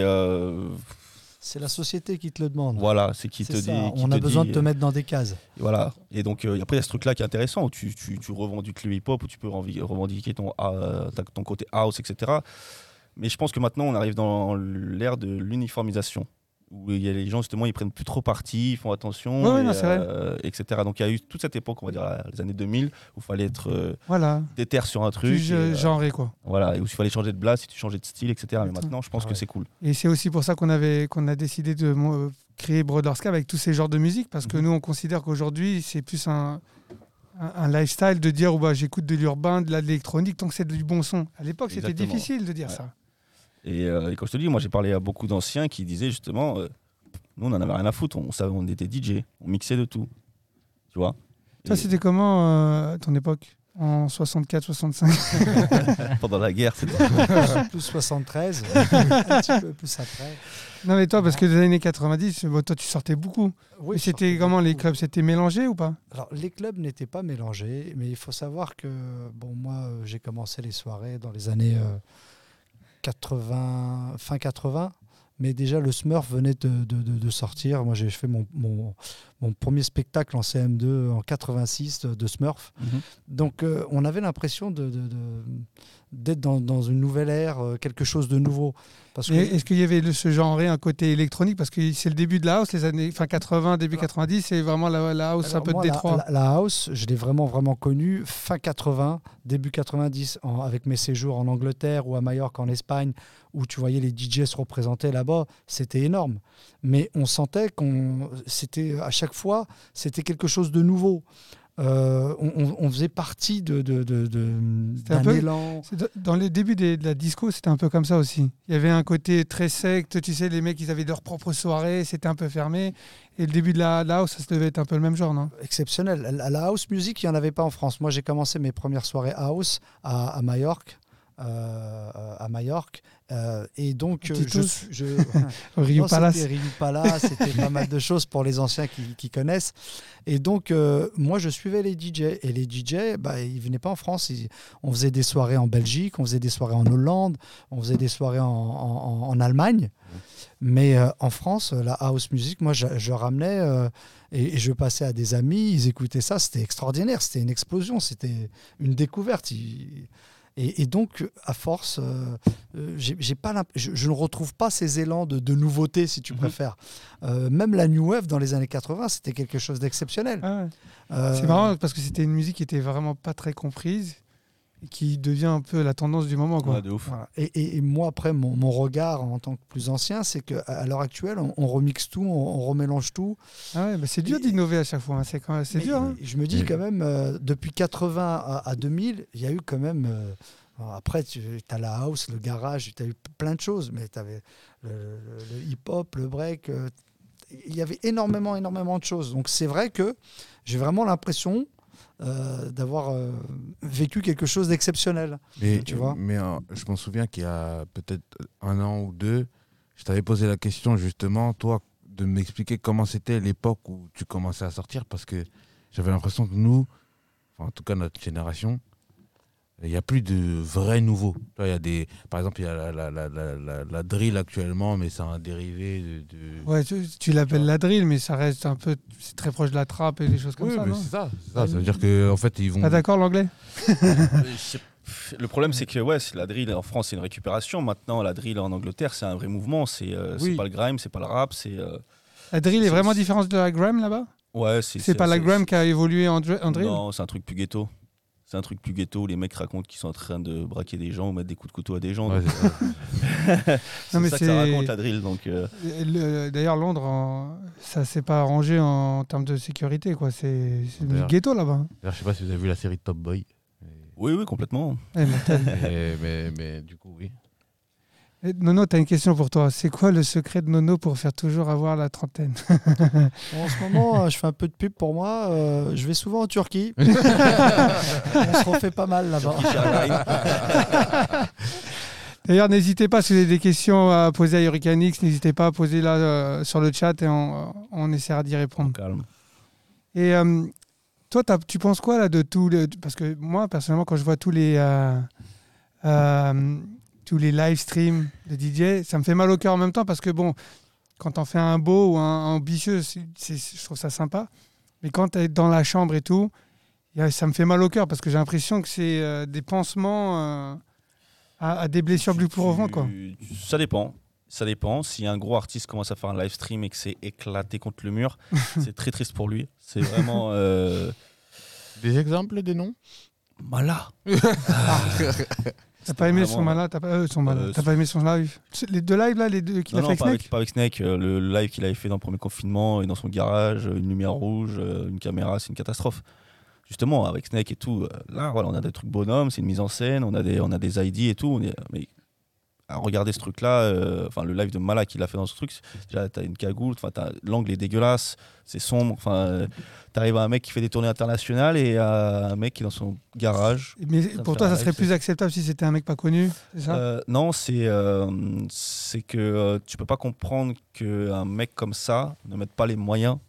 la société qui te le demande. Voilà, c'est qui te dit. On a besoin de te mettre dans des cases. Voilà. Et donc après il y a ce truc-là qui est intéressant où tu revendiques le hip-hop, où tu peux revendiquer ton côté house, etc. Mais je pense que maintenant on arrive dans l'ère de l'uniformisation. Où il y a les gens justement ils prennent plus trop parti, ils font attention, etc. Donc il y a eu toute cette époque, on va dire les années 2000, où il fallait être déter sur un truc. Genré quoi. Voilà, et où il fallait changer de blase, si tu changeais de style, etc. Mais maintenant je pense que c'est cool. Et c'est aussi pour ça qu'on a décidé de créer Brothers Cab avec tous ces genres de musique, parce que nous on considère qu'aujourd'hui c'est plus un lifestyle de dire j'écoute de l'urbain, de l'électronique, tant que c'est du bon son. À l'époque c'était difficile de dire ça. Et comme je te dis, moi j'ai parlé à beaucoup d'anciens qui disaient justement, nous on en avait rien à foutre, on était DJ, on mixait de tout, tu vois. Toi c'était comment à ton époque, en 64-65? Pendant la guerre, c'était plus 73, un petit peu plus après. Non mais toi, parce que des années 90, toi tu sortais beaucoup. Oui, c'était comment les clubs, c'était mélangé ou pas? Alors les clubs n'étaient pas mélangés, mais il faut savoir que moi j'ai commencé les soirées dans les années... fin 80, mais déjà le Smurf venait de sortir. Moi j'ai fait mon mon premier spectacle en CM2 en 86 de Smurf. Donc on avait l'impression d'être dans une nouvelle ère, quelque chose de nouveau. Parce que... Est-ce qu'il y avait ce genre un côté électronique? Parce que c'est le début de la house, les années fin 80, début 90, c'est vraiment la house. Alors un peu moi, de Détroit. La house, je l'ai vraiment connue fin 80, début 90, avec mes séjours en Angleterre ou à Majorque en Espagne, où tu voyais les DJ se représenter là-bas, c'était énorme. Mais on sentait à chaque fois, c'était quelque chose de nouveau. On faisait partie d'un élan. Dans les débuts de la disco, c'était un peu comme ça aussi. Il y avait un côté très sect, tu sais, les mecs, ils avaient leur propre soirée, c'était un peu fermé. Et le début de la house, ça devait être un peu le même genre, non? Exceptionnel. La house music, il n'y en avait pas en France. Moi, j'ai commencé mes premières soirées house à Majorque. Et donc Rio Palace, c'était pas mal de choses pour les anciens qui connaissent. Et donc moi je suivais les DJ, et les DJ ils venaient pas en France, on faisait des soirées en Belgique, on faisait des soirées en Hollande, on faisait des soirées en Allemagne, mais en France la house music, moi je ramenais et je passais à des amis, ils écoutaient ça, c'était extraordinaire, c'était une explosion, c'était une découverte. Et donc, à force, je ne retrouve pas ces élans de nouveauté, si tu préfères. Même la New Wave dans les années 80, c'était quelque chose d'exceptionnel. Ah ouais. C'est marrant parce que c'était une musique qui était vraiment pas très comprise et qui devient un peu la tendance du moment, quoi. Ouais, de ouf. Voilà. Et moi, après, mon regard en tant que plus ancien, c'est qu'à l'heure actuelle, on remixe tout, on remélange tout. Ah ouais, c'est dur d'innover à chaque fois. Hein. C'est dur. Hein. Je me dis quand même, depuis 80 à 2000, il y a eu quand même... après, tu as la house, le garage, tu as eu plein de choses, mais tu avais le hip-hop, le break. Il y avait énormément de choses. Donc c'est vrai que j'ai vraiment l'impression d'avoir vécu quelque chose d'exceptionnel. Mais je m'en souviens qu'il y a peut-être 1 an ou 2, je t'avais posé la question justement, toi, de m'expliquer comment c'était l'époque où tu commençais à sortir, parce que j'avais l'impression que nous, en tout cas notre génération, il n'y a plus de vrais nouveaux. Là, par exemple, il y a la drill actuellement, mais c'est un dérivé de... Ouais, tu l'appelles la drill, mais ça reste un peu... C'est très proche de la trappe et des choses comme oui, ça, mais non? c'est ça. Ça veut dire qu'en fait, ils vont... Ah d'accord, l'anglais? Le problème, c'est que la drill en France, c'est une récupération. Maintenant, la drill en Angleterre, c'est un vrai mouvement. C'est pas le grime, c'est pas le rap. La drill est vraiment différente de la grime là-bas? Ouais, c'est pas la grime qui a évolué en drill? Non, c'est un truc plus ghetto. C'est un truc plus ghetto où les mecs racontent qu'ils sont en train de braquer des gens ou mettre des coups de couteau à des gens. Ouais, c'est ça que ça raconte, la drill. Donc, D'ailleurs, Londres, ça s'est pas arrangé en termes de sécurité, quoi. C'est du ghetto là-bas. D'ailleurs, je sais pas si vous avez vu la série Top Boy. Oui, complètement. mais du coup, oui. Et Nono, tu as une question pour toi. C'est quoi le secret de Nono pour faire toujours avoir la trentaine? En ce moment, je fais un peu de pub pour moi. Je vais souvent en Turquie. On se refait pas mal là-bas. D'ailleurs, n'hésitez pas, si vous avez des questions à poser à Hurricanix, n'hésitez pas à poser là sur le chat et on essaiera d'y répondre. Calme. Et toi, tu penses quoi là de tout parce que moi, personnellement, quand je vois tous les live streams de DJ, ça me fait mal au cœur en même temps parce que bon, quand on fait un beau ou un ambitieux, je trouve ça sympa. Mais quand tu es dans la chambre et tout, ça me fait mal au cœur parce que j'ai l'impression que c'est des pansements à des blessures plus profondes, quoi. Ça dépend. Ça dépend. Si un gros artiste commence à faire un live stream et que c'est éclaté contre le mur, c'est très triste pour lui. C'est vraiment... Des exemples, des noms? Mala. T'as pas aimé son Mala? T'as pas aimé son live? Les deux lives là, les deux qu'il a fait avec Snake? Pas avec Snake. Le live qu'il avait fait dans le premier confinement et dans son garage, une lumière rouge, une caméra, c'est une catastrophe. Justement, avec Snake et tout, là, voilà, on a des trucs bonhommes, c'est une mise en scène, on a des ID et tout. Mais à regarder ce truc-là, le live de Mala qu'il a fait dans ce truc, déjà, t'as une cagoule, l'angle est dégueulasse, c'est sombre. T'arrives à un mec qui fait des tournées internationales et à un mec qui est dans son garage. Mais pour toi, ça serait plus acceptable si c'était un mec pas connu, c'est ça? Non, c'est que tu peux pas comprendre qu'un mec comme ça ne mette pas les moyens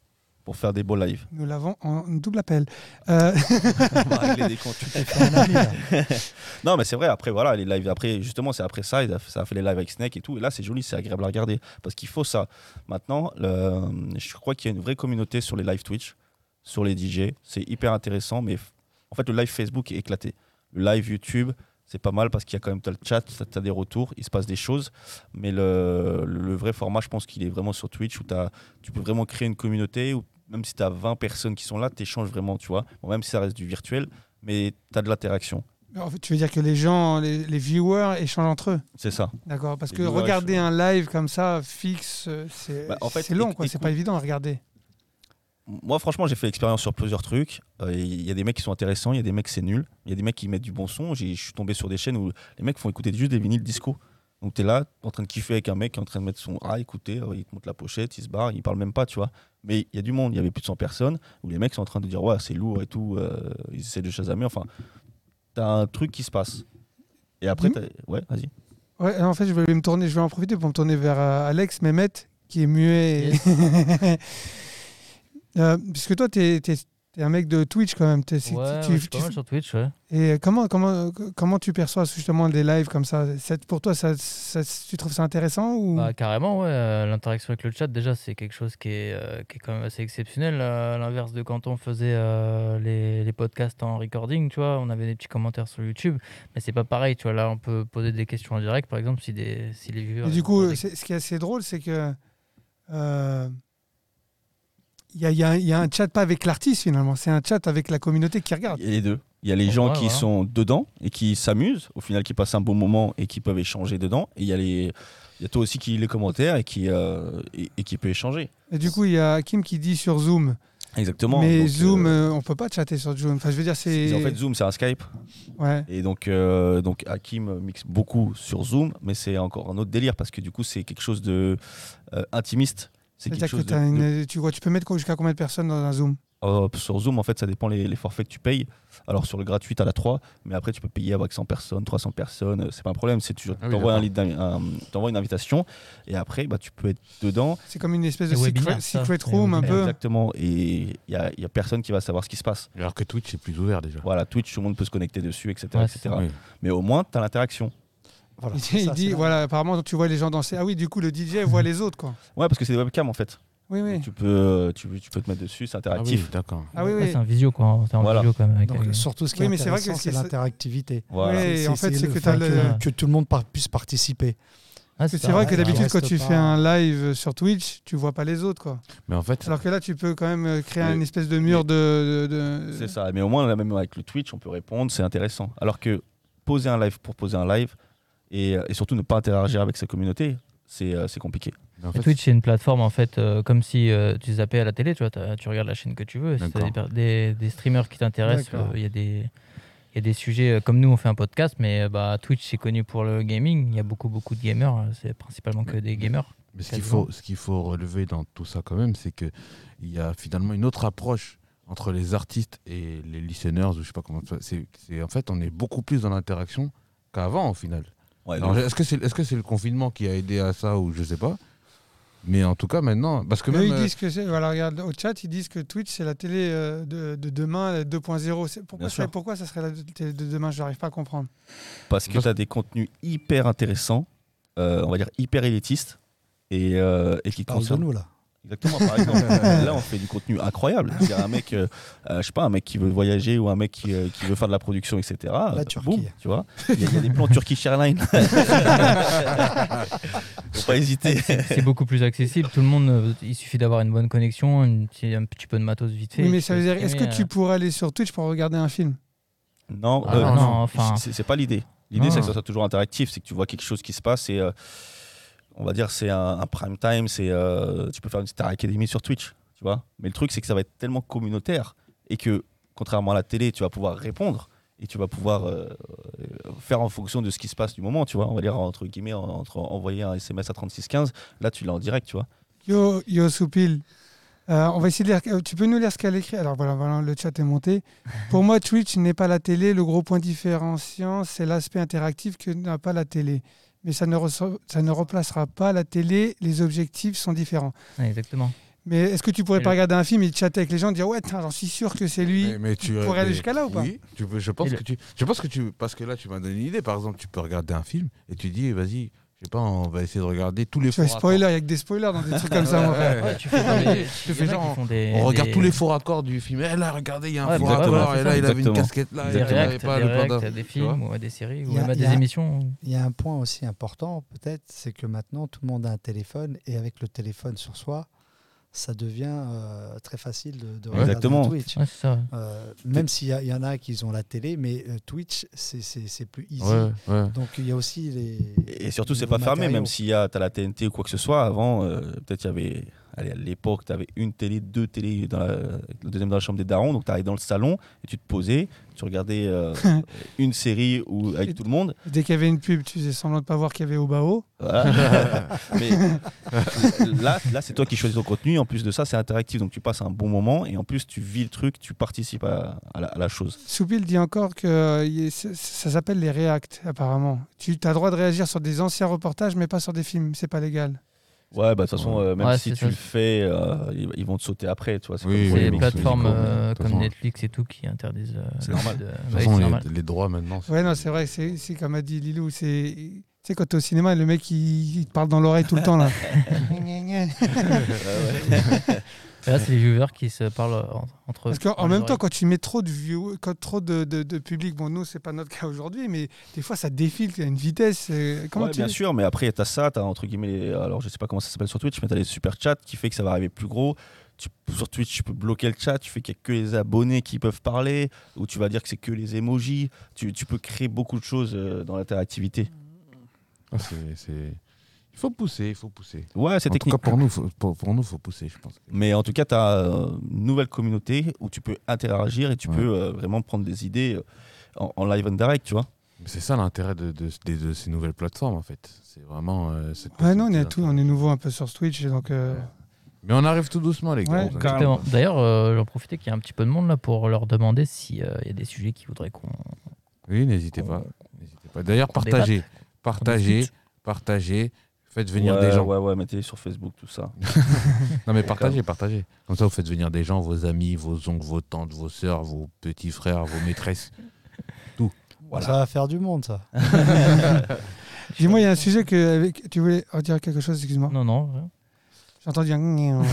pour faire des beaux lives. Nous l'avons en double appel. On va régler des comptes. T'as fait un ami, là. Non, mais c'est vrai, après, voilà, les lives, après, justement, c'est après ça, ça a fait les lives avec Snake et tout, et là, c'est joli, c'est agréable à regarder, parce qu'il faut ça. Maintenant, je crois qu'il y a une vraie communauté sur les lives Twitch, sur les DJ, c'est hyper intéressant, mais en fait, le live Facebook est éclaté. Le live YouTube, c'est pas mal parce qu'il y a quand même le chat, tu as des retours, il se passe des choses. Mais le vrai format, je pense qu'il est vraiment sur Twitch où tu peux vraiment créer une communauté où même si tu as 20 personnes qui sont là, tu échanges vraiment, tu vois. Bon, même si ça reste du virtuel, mais tu as de l'interaction. En fait, tu veux dire que les gens, les viewers échangent entre eux. C'est ça. D'accord. Parce Les que viewers regarder un live comme ça, fixe, c'est En fait, long, quoi. C'est pas évident à regarder. Moi, franchement, j'ai fait l'expérience sur plusieurs trucs. Il y a des mecs qui sont intéressants, il y a des mecs c'est nul. Il y a des mecs qui mettent du bon son. Je suis tombé sur des chaînes où les mecs font écouter juste des vinyles disco. Donc tu es là, en train de kiffer avec un mec qui est en train de mettre son écouter, il te monte la pochette, il se barre, il parle même pas, tu vois. Mais il y a du monde, il y avait plus de 100 personnes où les mecs sont en train de dire ouais, c'est lourd et tout, ils essaient de chasamer. Enfin, t'as un truc qui se passe. Et après, ouais, vas-y. Ouais, en fait, je vais en profiter pour me tourner vers Alex Mehmet, qui est muet. Puisque toi, t'es un mec de Twitch quand même. Je suis pas mal sur Twitch, ouais. Et comment tu perçois justement des lives comme ça? Pour toi, tu trouves ça intéressant ou... Bah, carrément, ouais. L'interaction avec le chat, déjà, c'est quelque chose qui est quand même assez exceptionnel. À l'inverse de quand on faisait les podcasts en recording, tu vois, on avait des petits commentaires sur YouTube, mais c'est pas pareil, tu vois. Là, on peut poser des questions en direct, par exemple, si les viewers... Et du coup, ce qui est assez drôle, c'est que... Il y a un chat pas avec l'artiste finalement, c'est un chat avec la communauté qui regarde. Il y a les deux. Il y a les gens qui sont dedans et qui s'amusent, au final qui passent un bon moment et qui peuvent échanger dedans. Et il y a toi aussi qui lit les commentaires et qui peut échanger. Et du coup, il y a Hakim qui dit sur Zoom. Exactement. Mais donc, Zoom, on peut pas chatter sur Zoom. Enfin, je veux dire, c'est... En fait, Zoom, c'est un Skype. Ouais. Et donc Hakim mixe beaucoup sur Zoom, mais c'est encore un autre délire parce que du coup, c'est quelque chose de intimiste. C'est-à-dire que tu peux mettre jusqu'à combien de personnes dans un Zoom? Sur Zoom, en fait, ça dépend les forfaits que tu payes. Alors, sur le gratuit, tu as la 3, mais après, tu peux payer avec 100 personnes, 300 personnes. C'est pas un problème. Tu t'envoies une invitation et après, tu peux être dedans. C'est comme une espèce de secret room un peu. Exactement. Et il y a personne qui va savoir ce qui se passe. Alors que Twitch, c'est plus ouvert déjà. Voilà, Twitch, tout le monde peut se connecter dessus, etc. Ouais, etc. Oui. Mais au moins, tu as l'interaction. Voilà, Il dit, voilà, apparemment, tu vois les gens danser. Ah oui, du coup, le DJ voit les autres, quoi. Ouais, parce que c'est des webcams, en fait. Oui, oui. Donc, tu peux te mettre dessus, c'est interactif. Ah oui, d'accord. Ah oui, Ouais, oui. c'est un visio, quoi. C'est en visio, quand même. Donc, surtout, ce qui est mais c'est vrai que intéressant, c'est l'interactivité. Voilà. Oui, en fait, c'est que tu as que tout le monde puisse participer. Ah, C'est vrai que ça d'habitude, reste quand tu pas- fais un live sur Twitch, tu vois pas les autres, quoi. Mais en fait, Alors que là, tu peux quand même créer Mais- une espèce de mur de... C'est ça, mais au moins, là, même avec le Twitch, on peut répondre, c'est intéressant. Alors que poser un live pour poser un live et surtout ne pas interagir avec sa communauté, c'est compliqué. en Et fait, Twitch, c'est une plateforme, en fait, comme si tu zappais à la télé, tu vois, tu regardes la chaîne que tu veux. Si D'accord. t'as des streamers qui t'intéressent, D'accord. il y a des sujets, comme nous, on fait un podcast, mais Twitch, c'est connu pour le gaming. Il y a beaucoup de gamers, c'est principalement que des gamers. mais ce qu'il faut relever dans tout ça quand même, c'est qu'il y a finalement une autre approche entre les artistes et les listeners, ou je sais pas comment. En fait, on est beaucoup plus dans l'interaction qu'avant au final. Ouais, Alors, est-ce que c'est le confinement qui a aidé à ça ou je sais pas? Mais en tout cas maintenant, parce que Eux, même ils disent que c'est... Voilà, regarde, au chat, ils disent que Twitch, c'est la télé de demain, la 2.0. Bien sûr. Pourquoi ça serait la télé de demain? Je n'arrive pas à comprendre. parce que tu as des contenus hyper intéressants, on va dire hyper élitistes, et qui Parle de concernent... nous, là. Exactement, par exemple. Là, on fait du contenu incroyable. Il y a un mec, je sais pas, un mec qui veut voyager ou un mec qui veut faire de la production, etc. La Turquie. Boum, tu vois. Il y a des plans Turkish Airlines. Faut pas hésiter. C'est beaucoup plus accessible. Tout le monde, il suffit d'avoir une bonne connexion, un petit peu de matos vite fait. Oui, mais tu ça peux veut dire, est-ce que streamer, tu pourrais aller sur Twitch pour regarder un film? Non, non, enfin- c'est pas l'idée. L'idée, Non. c'est que ça soit toujours interactif, c'est que tu vois quelque chose qui se passe et on va dire c'est un prime time, tu peux faire une Star Academy sur Twitch, tu vois. Mais le truc, c'est que ça va être tellement communautaire et que contrairement à la télé, tu vas pouvoir répondre et tu vas pouvoir faire en fonction de ce qui se passe du moment, tu vois. On va dire entre guillemets, entre envoyer un SMS à 3615, là tu l'as en direct, tu vois. Yo Soupil, on va essayer de lire. Tu peux nous lire ce qu'elle écrit? Alors voilà, le chat est monté. Pour moi, Twitch n'est pas la télé. Le gros point différenciant, c'est l'aspect interactif que n'a pas la télé. Mais ça ne remplacera pas la télé. Les objectifs sont différents. Ouais, exactement. Mais est-ce que tu pourrais Et pas le- regarder un film et chatter avec les gens, dire ouais, tain, j'en suis sûr que c'est lui. Mais tu pourrais aller jusqu'à là ou pas? Oui, je pense Et que tu parce que là tu m'as donné une idée. Par exemple, tu peux regarder un film et tu dis vas-y, je sais pas, on va essayer de regarder tous les Tu fais faux spoiler, il raccords. y a que des spoilers dans des trucs comme ça. mon frère. Ouais, tu fais Non, mais tu fais genre, on regarde tous les faux raccords du film. Eh là, regardez, il y a un Ouais, faux bah, raccord voilà, et là c'est il ça. avait une Exactement. casquette là, des il n'avait réacts, pas le pendant. à des Tu vois. films ou à des séries ou Il y a- même à il y des a- émissions. Il y a un point aussi important, peut-être, c'est que maintenant, tout le monde a un téléphone et avec le téléphone sur soi, ça devient très facile de regarder Exactement. un Twitch. Ouais, c'est ça. Même s'il y en a qui ont la télé, mais Twitch, c'est plus easy. Ouais. Donc il y a aussi les. Et surtout, c'est nouveaux pas fermé, matériaux. même si tu as la TNT ou quoi que ce soit. Avant, peut-être il y avait. Allez, à l'époque, tu avais une télé, deux télés, le deuxième dans la chambre des darons. Donc tu arrives dans le salon et tu te posais, tu regardais une série avec tout le monde. Dès qu'il y avait une pub, tu faisais semblant de pas voir qu'il y avait Obao. Voilà. Mais là c'est toi qui choisis ton contenu. En plus de ça, c'est interactif. Donc tu passes un bon moment et en plus, tu vis le truc, tu participes à la chose. Soupil dit encore que ça s'appelle les reacts, apparemment. Tu as le droit de réagir sur des anciens reportages, mais pas sur des films. C'est pas légal. Ouais, bah de toute façon, même Ouais, si c'est tu ça. le fais, ils vont te sauter après. Tu vois, c'est Oui, comme C'est pour les les mais plateformes de toute comme façon, Netflix et tout qui interdisent. C'est normal. de- De bah toute oui, façon, c'est normal. les droits maintenant. Ouais, non, c'est vrai. C'est comme a dit Lilou. Tu sais, quand t'es au cinéma, le mec, il te parle dans l'oreille tout le temps, là. Et là, c'est les viewers qui se parlent entre eux. Parce qu'en dans les même temps, oreilles. quand tu mets trop de view, quand trop de public, bon, nous, c'est pas notre cas aujourd'hui, mais des fois, ça défile à une vitesse. Comment Ouais, tu bien sûr, mais après, tu as ça, tu as entre guillemets, alors je sais pas comment ça s'appelle sur Twitch, mais tu as les super chats qui fait que ça va arriver plus gros. Sur Twitch, tu peux bloquer le chat, tu fais qu'il n'y a que les abonnés qui peuvent parler, ou tu vas dire que c'est que les emojis. Tu peux créer beaucoup de choses dans l'interactivité. Ah, il faut pousser. Ouais, c'est En tout technique. cas, pour nous, faut pousser, je pense. Mais en tout cas, tu as une nouvelle communauté où tu peux interagir et tu Ouais. peux vraiment prendre des idées en live and direct, tu vois. Mais c'est ça l'intérêt de ces nouvelles plateformes, en fait. C'est vraiment cette Ouais, non, possibilité on est nouveau un peu sur Twitch, donc. Mais on arrive tout doucement, les gars. Ouais, vous inquiétez Exactement. pas. D'ailleurs, j'en profitais qu'il y a un petit peu de monde là pour leur demander s'il y a des sujets qu'ils voudraient qu'on. Oui, n'hésitez pas. D'ailleurs, qu'on partagez. Faites venir des gens. Ouais, mettez sur Facebook, tout ça. Non, mais partagez. Comme ça, vous faites venir des gens, vos amis, vos oncles, vos tantes, vos sœurs, vos petits frères, vos maîtresses. Voilà. Ça va faire du monde, ça. Dis-moi, il y a un sujet que tu voulais dire quelque chose, excuse-moi. Non, rien. J'ai entendu un.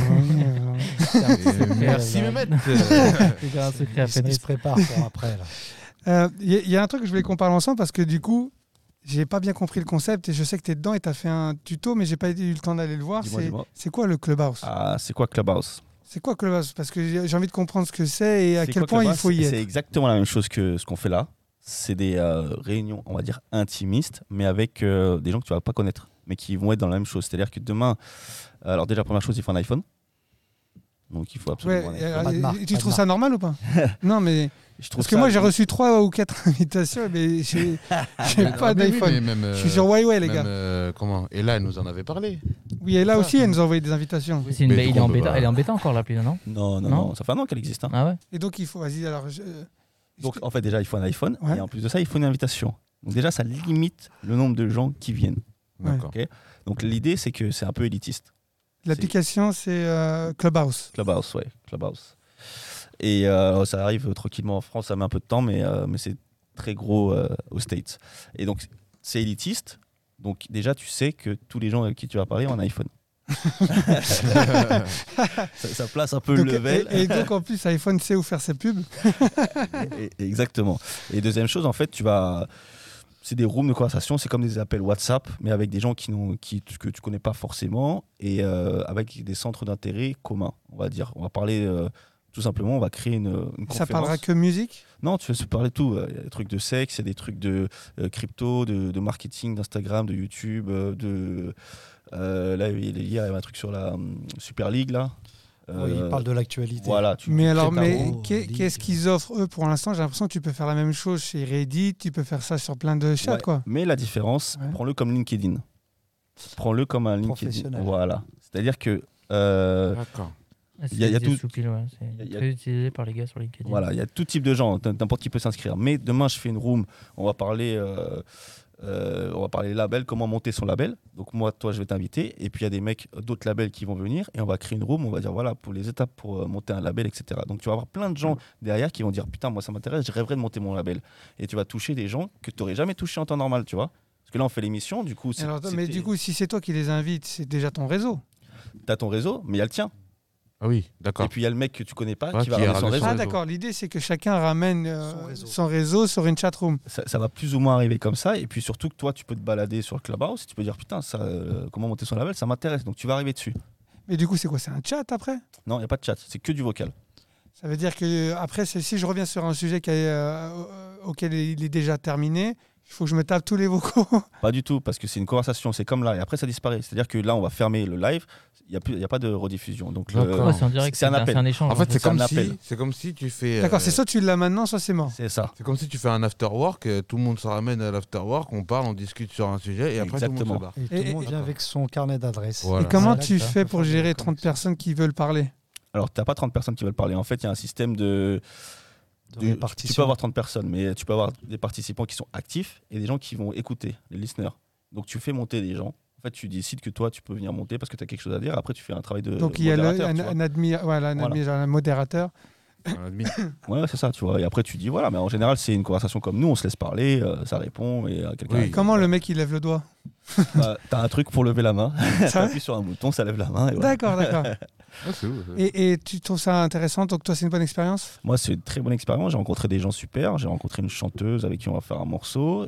Merci, Mehmet. C'est un secret à Il se Fenris. prépare pour après. Là. Il y a un truc que je voulais qu'on parle ensemble parce que du coup, j'ai pas bien compris le concept et je sais que tu es dedans et tu as fait un tuto, mais j'ai pas eu le temps d'aller le voir. Dis-moi. C'est quoi le Clubhouse? Ah, c'est quoi Clubhouse? C'est quoi Clubhouse? Parce que j'ai envie de comprendre ce que c'est et à C'est quel quoi point il Clubhouse? faut y C'est être. exactement la même chose que ce qu'on fait là. C'est des réunions, on va dire, intimistes, mais avec des gens que tu vas pas connaître, mais qui vont être dans la même chose. C'est-à-dire que demain, alors déjà, première chose, il faut un iPhone. Donc il faut absolument un iPhone. Pas de marque, tu pas de trouves marque. ça normal ou pas? Non, mais Je trouve parce que ça- moi j'ai reçu 3 ou 4 invitations, mais j'ai pas d'iPhone. Je Je suis sur Huawei, les gars. Comment Et là, elle nous en avait parlé. Oui, et là ça. aussi, elle nous a envoyé des invitations. C'est une Mais il est donc, en bêta. bah- Elle est en bêta encore l'appli, non? Non, Non. ça fait un an qu'elle existe. Hein. Ah ouais. Et donc il faut, vas-y, alors. Donc en fait, déjà, il faut un iPhone, Ouais. et en plus de ça, il faut une invitation. Donc déjà, ça limite le nombre de gens qui viennent. D'accord. Ok. Donc l'idée, c'est que c'est un peu élitiste. L'application, c'est Clubhouse. Clubhouse, ouais, Clubhouse. Et ça arrive tranquillement en France, ça met un peu de temps, mais c'est très gros aux States. Et donc, c'est élitiste. Donc, déjà, tu sais que tous les gens avec qui tu vas parler ont un iPhone. ça place un peu Donc, le level. et donc en plus, iPhone sait où faire ses pubs. Exactement. Et deuxième chose, en fait, c'est des rooms de conversation, c'est comme des appels WhatsApp, mais avec des gens que tu connais pas forcément et avec des centres d'intérêt communs, on va dire. On va parler tout simplement, on va créer une conférence. Ça parlera que musique. Non, tu veux se parler de tout. Il y a des trucs de sexe, il y a des trucs de crypto, de marketing, d'Instagram, de YouTube, là, il y a un truc sur la Super League, là. Oui, il parle de l'actualité. Voilà. Mais alors, crées ta mais gros qu'est-ce ligue. qu'ils offrent eux pour l'instant? J'ai l'impression que tu peux faire la même chose chez Reddit, tu peux faire ça sur plein de chats, Ouais. quoi. Mais la différence, Ouais. prends-le comme LinkedIn. Prends-le comme un LinkedIn. Professionnel. Voilà. C'est-à-dire que D'accord. Il y a tout- Soupil, ouais. C'est il y a- très utilisé par les gars sur LinkedIn. voilà, il y a tout type de gens, n'importe qui peut s'inscrire. Mais demain, je fais une room, on va parler on va parler label, comment monter son label. Donc moi, toi, je vais t'inviter. Et puis il y a des mecs d'autres labels qui vont venir et on va créer une room. On va dire voilà pour les étapes pour monter un label, etc. Donc tu vas avoir plein de gens derrière qui vont dire putain, moi ça m'intéresse, je rêverais de monter mon label. Et tu vas toucher des gens que tu n'aurais jamais touché en temps normal, tu vois. Parce que là, on fait l'émission, du coup. Mais du coup, si c'est toi qui les invites, c'est déjà ton réseau. T'as ton réseau, mais il y a le tien. Ah oui, d'accord. Et puis il y a le mec que tu connais pas Ouais, qui va qui ramener son ramène réseau. Ah d'accord, l'idée c'est que chacun ramène son réseau sur une chatroom. Ça va plus ou moins arriver comme ça. Et puis surtout que toi, tu peux te balader sur le Clubhouse et tu peux dire putain, ça, comment monter son label, ça m'intéresse. Donc tu vas arriver dessus. Mais du coup, c'est quoi? C'est un chat après? Non, il n'y a pas de chat, c'est que du vocal. Ça veut dire que après, si je reviens sur un sujet auquel il est déjà terminé, il faut que je me tape tous les vocaux. Pas du tout, parce que c'est une conversation, c'est comme là. Et après, ça disparaît. C'est-à-dire que là, on va fermer le live. Il n'y a pas de rediffusion. Donc, D'accord. Ouais, c'est en direct, c'est un appel. c'est un échange. En fait, c'est un appel. c'est comme si tu fais. D'accord, c'est soit tu l'as maintenant, soit c'est mort. c'est ça. C'est comme si tu fais un after work, tout le monde se ramène à l'after work, on parle, on discute sur un sujet et après tout le monde Exactement. se barre. Et tout le monde vient avec son carnet d'adresses. Voilà. Et comment C'est là tu que t'as fais un peu pour de gérer 30 connexion. personnes qui veulent parler? Alors, tu n'as pas 30 personnes qui veulent parler. En fait, il y a un système de répartition. Tu peux avoir 30 personnes, mais tu peux avoir des participants qui sont actifs et des gens qui vont écouter, les listeners. Donc, tu fais monter des gens. En fait, tu décides que toi, tu peux venir monter parce que tu as quelque chose à dire. Après, tu fais un travail de Donc il y a modérateur, tu vois. un modérateur. Un admin. Ouais, c'est ça, tu vois. Et après, tu dis, voilà, mais en général, c'est une conversation comme nous, on se laisse parler, ça répond, et quelqu'un... Oui. Comment le mec il lève le doigt? T'as un truc pour lever la main, Ça va t'appuies sur un bouton, ça lève la main, et voilà. D'accord, d'accord. Ah, c'est ouf, ça. Et tu trouves ça intéressant? Donc toi, c'est une bonne expérience? Moi, c'est une très bonne expérience. J'ai rencontré des gens super. J'ai rencontré une chanteuse avec qui on va faire un morceau.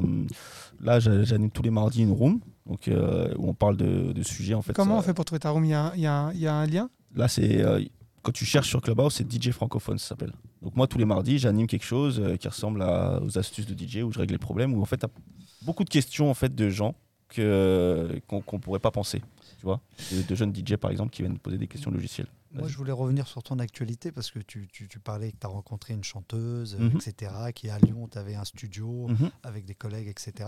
Là, j'anime tous les mardis une room donc, où on parle de sujets. En fait, Comment ça- on fait pour trouver ta room? Il y a un lien? Là, c'est quand tu cherches sur Clubhouse, c'est DJ francophone, ça s'appelle. Donc moi, tous les mardis, j'anime quelque chose qui ressemble aux astuces de DJ où je règle les problèmes. Où en fait, t'as beaucoup de questions en fait de gens qu'on pourrait pas penser. Tu vois, de jeunes DJ par exemple qui viennent poser des questions logicielles. Moi, je voulais revenir sur ton actualité parce que tu parlais que tu as rencontré une chanteuse, Mhm. etc., qui est à Lyon, tu avais un studio Mhm. avec des collègues, etc.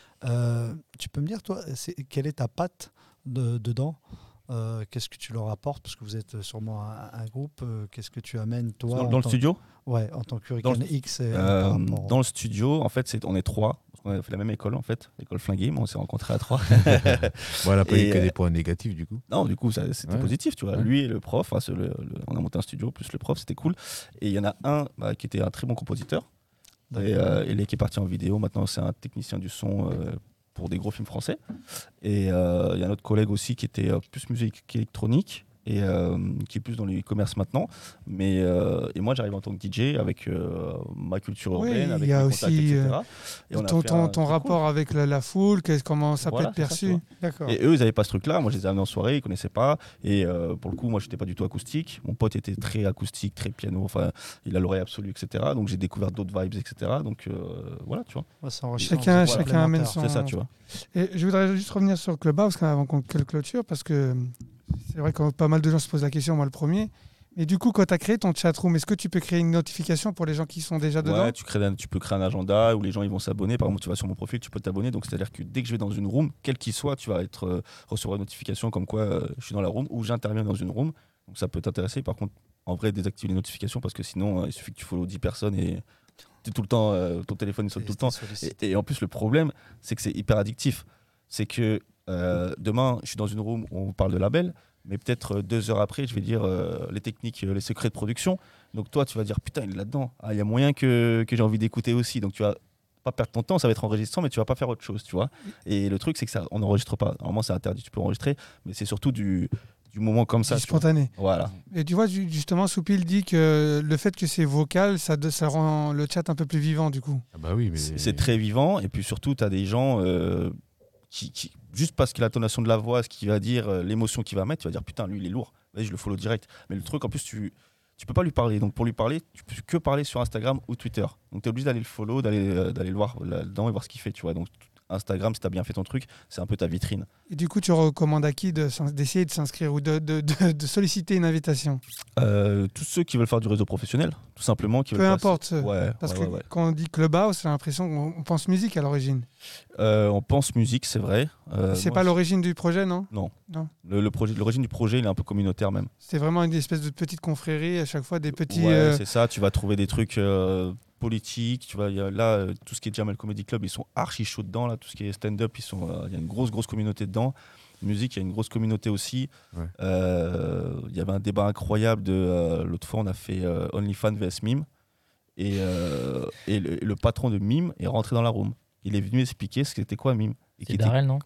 Tu peux me dire, toi, quelle est ta patte dedans? Qu'est-ce que tu leur apportes? Parce que vous êtes sûrement un groupe. Qu'est-ce que tu amènes, toi, Dans en le tant- studio Ouais, en tant que Dans Hurricane X. Dans le studio, en fait, on est trois. On a fait la même école, en fait, l'école flinguée, mais on s'est rencontrés à trois. Bon, elle n'a pas eu Et, que des points négatifs du coup. Non, du coup, c'était Ouais. positif, tu vois. Ouais. Lui et le prof, on a monté un studio, plus le prof, c'était cool. Et il y en a un qui était un très bon compositeur, et il est qui est parti en vidéo. Maintenant, c'est un technicien du son pour des gros films français. Et il y a un autre collègue aussi qui était plus musique qu'électronique, et qui est plus dans le e-commerce maintenant. Et moi, j'arrive en tant que DJ avec ma culture Oui, urbaine, il avec y a mes contacts, aussi, etc. Et on a fait un ton truc rapport cool. avec la foule, comment ça Voilà, peut être c'est ça, tu perçu? vois. D'accord. Et eux, ils n'avaient pas ce truc-là. Moi, je les ai amenés en soirée, ils connaissaient pas. Et pour le coup, moi, j'étais pas du tout acoustique. Mon pote était très acoustique, très piano. Enfin, il a l'oreille absolue, etc. Donc, j'ai découvert d'autres vibes, etc. Donc, voilà, tu vois. Ouais, c'est enrichissant, Chacun c'est amène complémentaire. son- C'est ça, tu vois. Et je voudrais juste revenir sur Clubhouse avant qu'on clôture, parce que c'est vrai que pas mal de gens se posent la question, moi le premier. Mais du coup, quand tu as créé ton chatroom, est-ce que tu peux créer une notification pour les gens qui sont déjà dedans? Ouais, tu peux créer un agenda où les gens ils vont s'abonner. Par exemple, tu vas sur mon profil, tu peux t'abonner. Donc, c'est-à-dire que dès que je vais dans une room, quel qu'il soit, tu vas recevoir une notification comme quoi je suis dans la room ou j'interviens dans une room. Donc, ça peut t'intéresser. Par contre, en vrai, désactive les notifications parce que sinon, il suffit que tu follow 10 personnes et t'es tout le temps, ton téléphone il sonne tout le temps. Et en plus, le problème, c'est que c'est hyper addictif. C'est que demain, je suis dans une room où on parle de label, mais peut-être 2 heures après, je vais dire les techniques, les secrets de production. Donc toi, tu vas dire, putain, il est là-dedans. Ah, il y a moyen que j'ai envie d'écouter aussi. Donc tu vas pas perdre ton temps, ça va être enregistrant, mais tu vas pas faire autre chose, tu vois. Et le truc, c'est que on n'enregistre pas. Normalement, c'est interdit, tu peux enregistrer, mais c'est surtout du moment comme ça. C'est tu vois. spontané. Voilà. Et tu vois, justement, Soupil dit que le fait que c'est vocal, ça rend le chat un peu plus vivant, du coup. Ah bah oui, mais C'est très vivant. Et puis surtout, tu as des gens qui, juste parce que l'intonation de la voix, ce qu'il va dire, l'émotion qu'il va mettre, tu vas dire putain, lui il est lourd, vas-y, je le follow direct. Mais le truc, en plus, tu peux pas lui parler. Donc pour lui parler, tu peux que parler sur Instagram ou Twitter. Donc tu es obligé d'aller le follow, d'aller le voir là-dedans et voir ce qu'il fait, tu vois. Donc Instagram, si tu as bien fait ton truc, c'est un peu ta vitrine. Et du coup, tu recommandes à qui d'essayer de s'inscrire ou de solliciter une invitation? Tous ceux qui veulent faire du réseau professionnel, tout simplement. Qui Peu veulent importe. Ouais, Parce ouais, que ouais. quand on dit Clubhouse, j'ai l'impression qu'on pense musique à l'origine. On pense musique, c'est vrai. C'est Moi, pas l'origine du projet, non? Non. Non. L'origine du projet, il est un peu communautaire même. C'est vraiment une espèce de petite confrérie, à chaque fois des petits... Ouais, c'est ça. Tu vas trouver des trucs politique. Tu vois, là, tout ce qui est Jamel Comedy Club, ils sont archi chauds dedans. Là, tout ce qui est stand-up, il y a une grosse communauté dedans. Musique, il y a une grosse communauté aussi. Ouais. Il y avait un débat incroyable l'autre fois, on a fait OnlyFans vs Mime. Et le patron de Mime est rentré dans la room. Il est venu expliquer ce qu'était quoi Mime. C'est Darrell, non?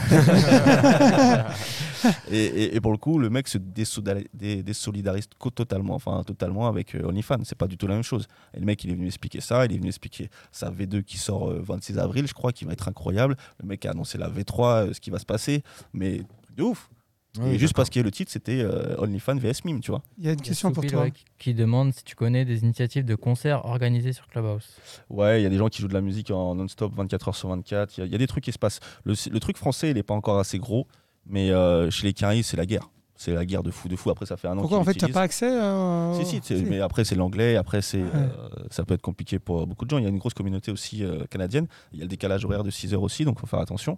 et pour le coup, le mec se désolidarise totalement avec OnlyFans. C'est pas du tout la même chose. Et le mec, il est venu expliquer ça. Il est venu expliquer sa V2 qui sort 26 avril, je crois, qui va être incroyable. Le mec a annoncé la V3, ce qui va se passer. Mais truc de ouf. Ouais, et juste d'accord. parce que le titre, c'était OnlyFans vs Mime, tu vois. Il y a une question pour Soupil, toi. ouais, qui demande si tu connais des initiatives de concerts organisées sur Clubhouse. Ouais, il y a des gens qui jouent de la musique en non-stop 24 heures sur 24. Il y a des trucs qui se passent. Le truc français, il n'est pas encore assez gros. Mais chez les Caraïbes, c'est la guerre. C'est la guerre de fou. Après, ça fait un an Pourquoi qu'ils en fait tu n'as l'utilisent. pas accès Si, mais après c'est l'anglais, après ça peut être compliqué pour beaucoup de gens. Il y a une grosse communauté aussi canadienne. Il y a le décalage horaire de 6 heures aussi, donc il faut faire attention.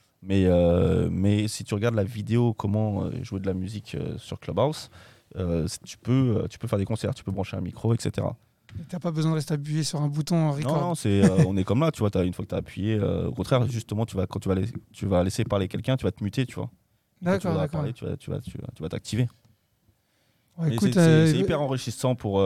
Mais si tu regardes la vidéo comment jouer de la musique sur Clubhouse, tu peux faire des concerts, tu peux brancher un micro, etc. T'as pas besoin de rester appuyé sur un bouton record. Non, on est comme là, tu vois, une fois que tu as appuyé, au contraire, justement, quand tu vas laisser parler quelqu'un, tu vas te muter, tu vois. Quand tu D'accord, vas d'accord. parler, tu vas t'activer. Ouais, Mais écoute, c'est hyper enrichissant pour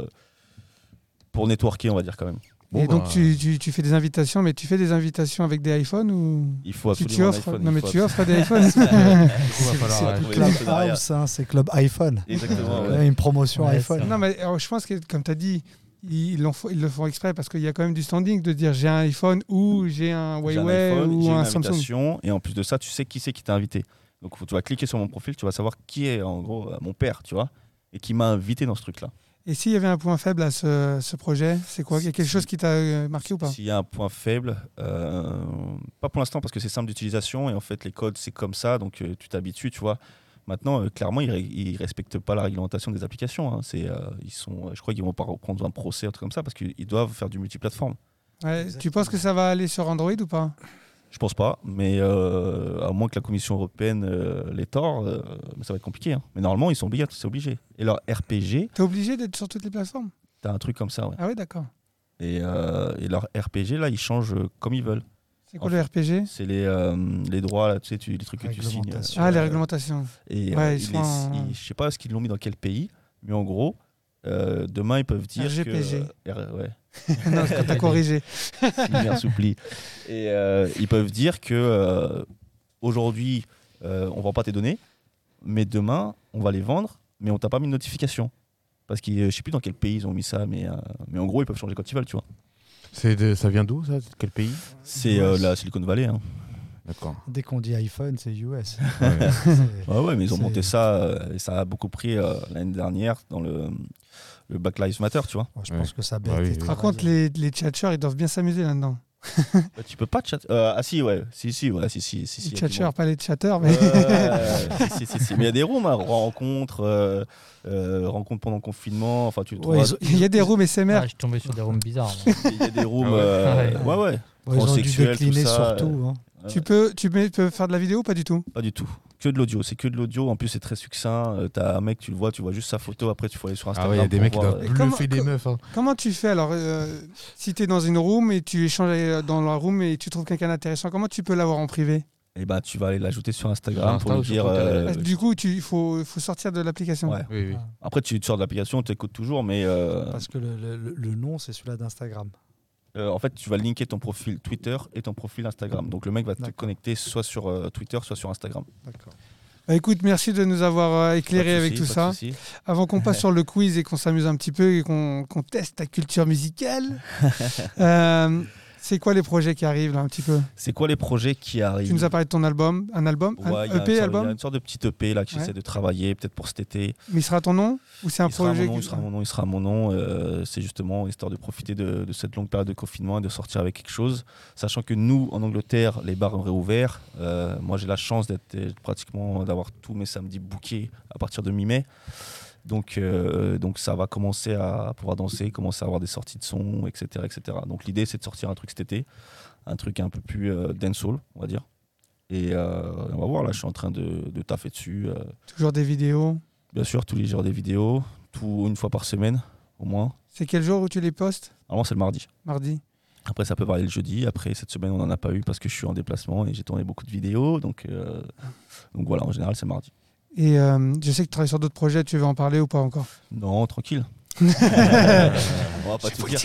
networker, on va dire quand même. et Bon, donc tu fais des invitations, mais tu fais des invitations avec des iPhones ou Il faut tu absolument un offres iPhone, non il mais faut tu offres des iPhones. va C'est falloir plus trouver Club le partenariat. House, hein, c'est Club iPhone. Exactement. Ouais, Ouais. une promotion Ouais, iPhone. ça. Non mais alors, je pense que comme tu as dit, ils le font exprès parce qu'il y a quand même du standing de dire j'ai un iPhone ou j'ai un J'ai un Huawei iPhone, ou j'ai une un Samsung. invitation, et en plus de ça, tu sais qui c'est qui t'a invité. Donc tu vas cliquer sur mon profil, tu vas savoir qui est en gros mon père, tu vois, et qui m'a invité dans ce truc-là. Et s'il y avait un point faible à ce projet, c'est quoi? Il y a quelque chose qui t'a marqué ou pas? S'il y a un point faible, pas pour l'instant parce que c'est simple d'utilisation et en fait les codes c'est comme ça, donc tu t'habitues, tu vois. Maintenant, clairement, ils respectent pas la réglementation des applications. Hein. Je crois qu'ils vont pas reprendre un procès, un truc comme ça, parce qu'ils doivent faire du multiplateforme. Ouais, tu penses que ça va aller sur Android ou pas? Je pense pas, mais à moins que la Commission européenne les tord, ça va être compliqué. Hein. Mais normalement, ils sont obligés, c'est obligé. Et leur RPG, T'es obligé d'être sur toutes les plateformes? t'as un truc comme ça, ouais. Ah ouais, d'accord. Et leur RPG, là, ils changent comme ils veulent. C'est quoi le RPG? C'est les droits, là, tu sais, les trucs que tu signes. Réglementation. Ah, les réglementations. Et Ouais, je sais pas ce qu'ils l'ont mis dans quel pays, mais en gros, demain, ils peuvent dire RGPG. que... ouais. Non, c'est quand t'as corrigé. Soupli. Et ils peuvent dire que aujourd'hui, on vend pas tes données, mais demain, on va les vendre, mais on t'a pas mis de notification. Parce que je sais plus dans quel pays ils ont mis ça, mais en gros, ils peuvent changer quand ils veulent, tu vois. Ça vient d'où, ça? Quel pays? C'est la Silicon Valley. Hein. D'accord. Dès qu'on dit iPhone, c'est US. Ouais. C'est- Ouais, mais ils ont C'est- monté ça, et ça a beaucoup pris l'année dernière dans le Black Lives Matter, tu vois. Je Ouais. pense que ça a Bah bien oui, été oui. Par travaillé. contre, les tchatcheurs, ils doivent bien s'amuser là-dedans. Bah, tu peux pas chatter. Ah si, ouais. Si, ouais, si. Les il y a du tchatcheurs, monde. pas les chatteurs, mais. Si. Mais il y a des rooms, hein, rencontres pendant le confinement. Enfin, tu Ouais, trouveras- Il y a des rooms Ah, SMR. je suis tombé sur des rooms bizarres. moi. il y a des rooms. Ah ouais. Ouais. Ouais, ils ont dû transsexuels, tout décliner ça, surtout. Hein. Tu peux faire de la vidéo ou pas du tout? Pas du tout. Que de l'audio. C'est que de l'audio. En plus, c'est très succinct. T'as un mec, tu le vois, tu vois juste sa photo. Après, tu faut aller sur Ah Instagram. ouais, il y a des pour mecs qui voir, doivent comment- bluffer des meufs. Hein. Comment tu fais alors si tu es dans une room et tu échanges dans la room et tu trouves quelqu'un d'intéressant, comment tu peux l'avoir en privé? Et bah, tu vas aller l'ajouter sur Instagram Sur pour Insta lui ou sur dire. Twitter Du coup, il faut sortir de l'application. Ouais. Oui, oui. Après, tu sors de l'application, tu écoutes toujours, mais Parce que le nom, c'est celui-là d'Instagram. en fait, tu vas linker ton profil Twitter et ton profil Instagram. Donc, le mec va te D'accord. connecter soit sur Twitter, soit sur Instagram. D'accord. Bah, écoute, merci de nous avoir éclairé Pas de avec souci, tout pas de ça. souci. Avant qu'on passe sur le quiz et qu'on s'amuse un petit peu et qu'on teste ta culture musicale, c'est quoi les projets qui arrivent là un petit peu? C'est quoi les projets qui arrivent? Tu nous as parlé de ton album, un album, Ouais, un il y a EP il y album, a une sorte de petit EP là que Ouais. j'essaie de travailler, peut-être pour cet été. mais il sera à ton nom ou c'est un Il sera projet? il sera mon nom. C'est justement histoire de profiter de cette longue période de confinement et de sortir avec quelque chose. Sachant que nous, en Angleterre, les bars ont réouvert. Moi, j'ai la chance d'avoir tous mes samedis bookés à partir de mi-mai. Donc ça va commencer à pouvoir danser, commencer à avoir des sorties de son, etc. Donc l'idée, c'est de sortir un truc cet été, un truc un peu plus dancehall, on va dire. Et on va voir, là, je suis en train de taffer dessus. Toujours des vidéos. Bien sûr, tous les jours des vidéos, une fois par semaine, au moins. C'est quel jour où tu les postes? Normalement, c'est le mardi. Mardi. Après, ça peut varier le jeudi. Après, cette semaine, on n'en a pas eu parce que je suis en déplacement et j'ai tourné beaucoup de vidéos. Donc voilà, en général, c'est mardi. Et je sais que tu travailles sur d'autres projets, tu veux en parler ou pas encore? Non, tranquille. On va pas tout dire.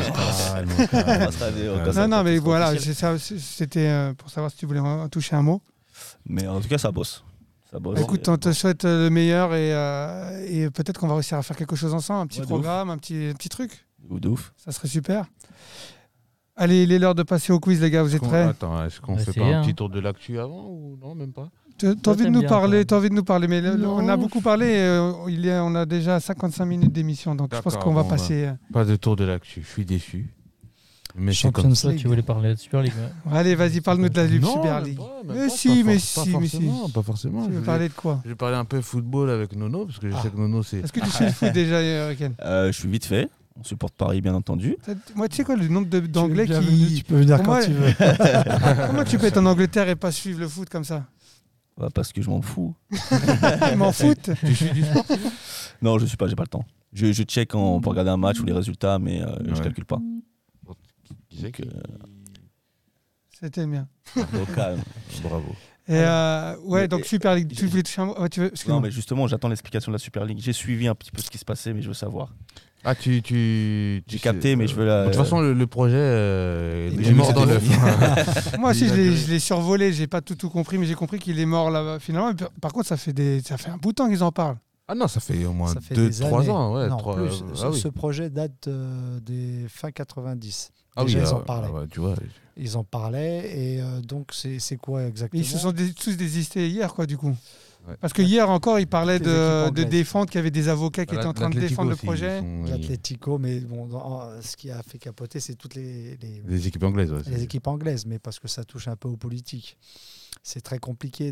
Non, mais voilà, c'était pour savoir si tu voulais en toucher un mot. Mais en tout cas, ça bosse. Écoute, on te souhaite le meilleur et peut-être qu'on va réussir à faire quelque chose ensemble, un petit programme, un petit truc. De ouf. Ça serait super. Allez, il est l'heure de passer au quiz, les gars, vous êtes prêts? Attends, est-ce qu'on fait pas un petit tour de l'actu avant ou non, même pas? T'as envie de nous parler, mais on a beaucoup parlé, on a déjà 55 minutes d'émission, donc je pense qu'on va passer... Pas de tour de l'actu, je suis déçu. Mais c'est comme ça, tu voulais parler de Super League. Ouais. Allez, vas-y, parle-nous de la Super League. Pas forcément. Tu veux parler de quoi? Je vais parler un peu football avec Nono, parce que je sais que Nono, c'est... Est-ce que tu suis le foot déjà, Ken? Je suis vite fait. On supporte Paris, bien entendu. Moi, tu sais quoi, le nombre d'anglais Tu peux venir quand tu veux. Comment tu peux être en Angleterre et pas suivre le foot comme ça? Parce que je m'en fous. Je m'en foute. Tu suis du sport? Non, je suis pas, j'ai pas le temps. Je check quand on peut regarder un match ou les résultats, mais je calcule pas. C'était bien. Bravo. Et donc Super League, tu voulais toucher un mot? Non, mais justement, j'attends l'explication de la Super League. J'ai suivi un petit peu ce qui se passait, mais je veux savoir. Ah, j'ai capté, mais je veux la... De toute façon, le projet, il est mort dans l'œuf. Moi aussi, je l'ai survolé, j'ai pas tout compris, mais j'ai compris qu'il est mort là finalement. Par contre, ça fait un bout de temps qu'ils en parlent. Ah non, ça fait au moins 2-3 ans. Ouais, non, plus. Ce projet date des fin 90. Déjà, ils en parlaient. Tu vois. Ils en parlaient, et donc c'est quoi exactement? Ils se sont tous désistés hier, quoi, du coup. Ouais. Parce que hier encore, ils parlaient de défendre, qu'il y avait des avocats qui étaient en train de défendre le projet. L'Atlético, mais bon, ce qui a fait capoter, c'est toutes les équipes anglaises. Ouais, les équipes anglaises, mais parce que ça touche un peu aux politiques. C'est très compliqué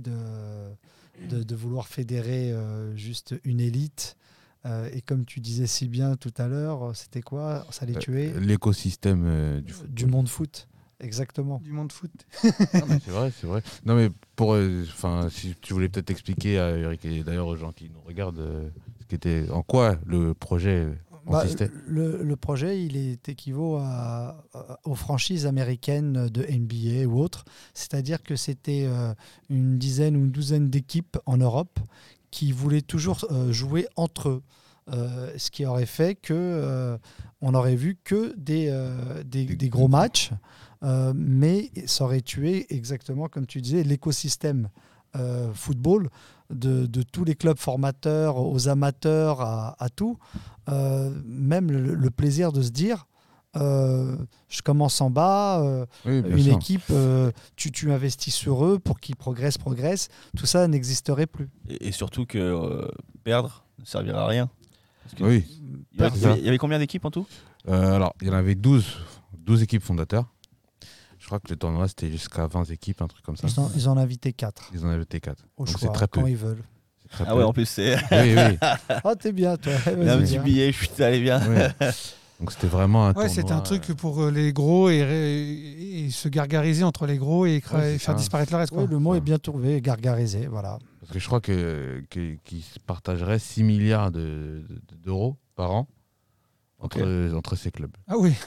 de vouloir fédérer juste une élite. Et comme tu disais si bien tout à l'heure, c'était quoi? Ça allait tuer l'écosystème du monde foot. Exactement. Du monde foot. Non, c'est vrai. Non, mais si tu voulais peut-être expliquer à Eric et d'ailleurs aux gens qui nous regardent, en quoi le projet consistait. Le projet, équivaut aux franchises américaines de NBA ou autres. C'est-à-dire que c'était une dizaine ou une douzaine d'équipes en Europe qui voulaient toujours jouer entre eux. Ce qui aurait fait que on aurait vu que des gros matchs, mais ça aurait tué exactement comme tu disais l'écosystème football de tous les clubs formateurs aux amateurs à tout, même le plaisir de se dire je commence en bas, une équipe, tu investis sur eux pour qu'ils progressent, tout ça n'existerait plus. Et surtout que perdre ne servira à rien. Oui. Il y avait combien d'équipes en tout? Alors, il y en avait 12 équipes fondateurs. Je crois que le tournoi, c'était jusqu'à 20 équipes, un truc comme ça. Ils en invitaient 4. Ils en invitaient 4. Au donc choix, c'est très peu. quand ils veulent. Ouais, en plus, c'est... Oui. Ah, t'es bien, toi. Il y a un petit billet, je suis allé bien. Oui. Donc c'était vraiment un tournoi. C'était un truc pour les gros et se gargariser entre les gros et faire disparaître le reste. Oui, le mot est bien trouvé, gargariser, voilà. Parce que je crois qu'ils se partageraient 6 milliards d'euros par an entre ces clubs. Ah oui.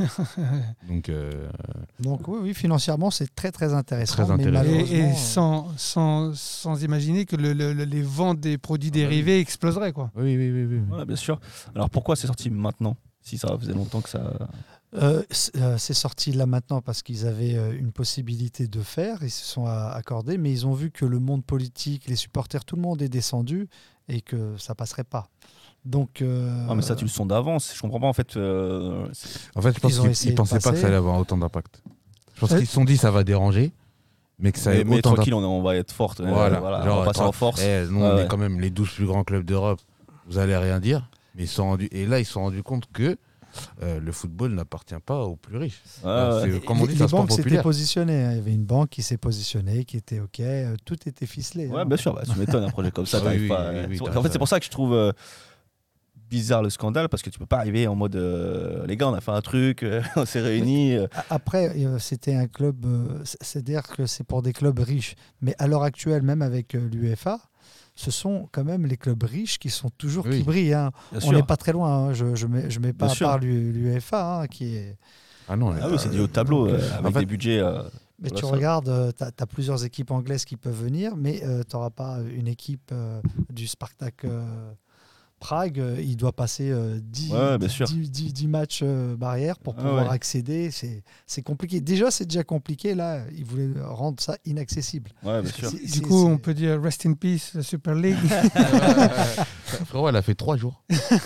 Donc oui, financièrement, c'est très très intéressant. Très intéressant. Et sans imaginer que les ventes des produits dérivés exploseraient, quoi. Oui. Ouais, bien sûr. Alors pourquoi c'est sorti maintenant? Si ça faisait longtemps que ça... c'est sorti là maintenant parce qu'ils avaient une possibilité de faire, ils se sont accordés, mais ils ont vu que le monde politique, les supporters, tout le monde est descendu et que ça passerait pas. Donc, mais ça, tu le sens d'avance. Je comprends pas en fait. En fait, je pense qu'ils pensaient pas que ça allait avoir autant d'impact. Je pense qu'ils se sont dit ça va déranger, mais que ça allait mais autant tranquille, on va être forte. Voilà. On va passer en force. Nous, on est quand même les 12 plus grands clubs d'Europe. Vous allez rien dire. Mais et là, ils se sont rendus compte que le football n'appartient pas aux plus riches. Comme on dit, les banques s'étaient positionnées. Il y avait une banque qui s'est positionnée, qui était OK. Tout était ficelé. Ouais, bien sûr. Tu m'étonnes, un projet comme ça. En fait, c'est pour ça que je trouve bizarre le scandale, parce que tu peux pas arriver en mode les gars, on a fait un truc, on s'est réunis. Après, c'était un club, c'est-à-dire que c'est pour des clubs riches. Mais à l'heure actuelle, même avec l'UEFA, ce sont quand même les clubs riches qui sont toujours Oui. qui brillent. Hein. Bien On sûr. n'est pas très loin. Hein. Je mets pas Bien à sûr. part l'UEFA qui est. Ah non, Ah oui, c'est du haut de tableau, avec en fait- des budgets. Mais Voilà, tu ça. regardes, tu as plusieurs équipes anglaises qui peuvent venir, mais tu n'auras pas une équipe du Spartak Prague. Il doit passer 10 Ouais, bien sûr. 10 matchs barrières pour Ah pouvoir ouais. accéder. C'est compliqué. Déjà, c'est déjà compliqué. Là, ils voulaient rendre ça inaccessible. Ouais, bien sûr. Du coup, on peut dire rest in peace, la Super League. Frérot, elle a fait 3 jours.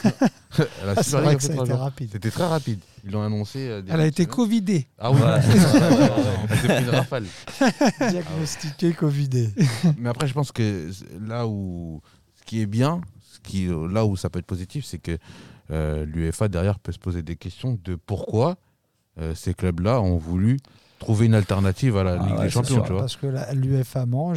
La C'est Super vrai League que a fait ça a 3 été jours. rapide. C'était très rapide. Ils l'ont annoncé. Elle a été covidée. Ah oui, Ouais. elle s'est pris une rafale. Diagnostiqué, covidé. Mais après, je pense que là où ce qui est bien, là où ça peut être positif, c'est que l'UEFA derrière peut se poser des questions de pourquoi ces clubs-là ont voulu trouver une alternative à la Ligue ouais, des c'est Champions. sûr, Tu vois. Parce que l'UEFA mange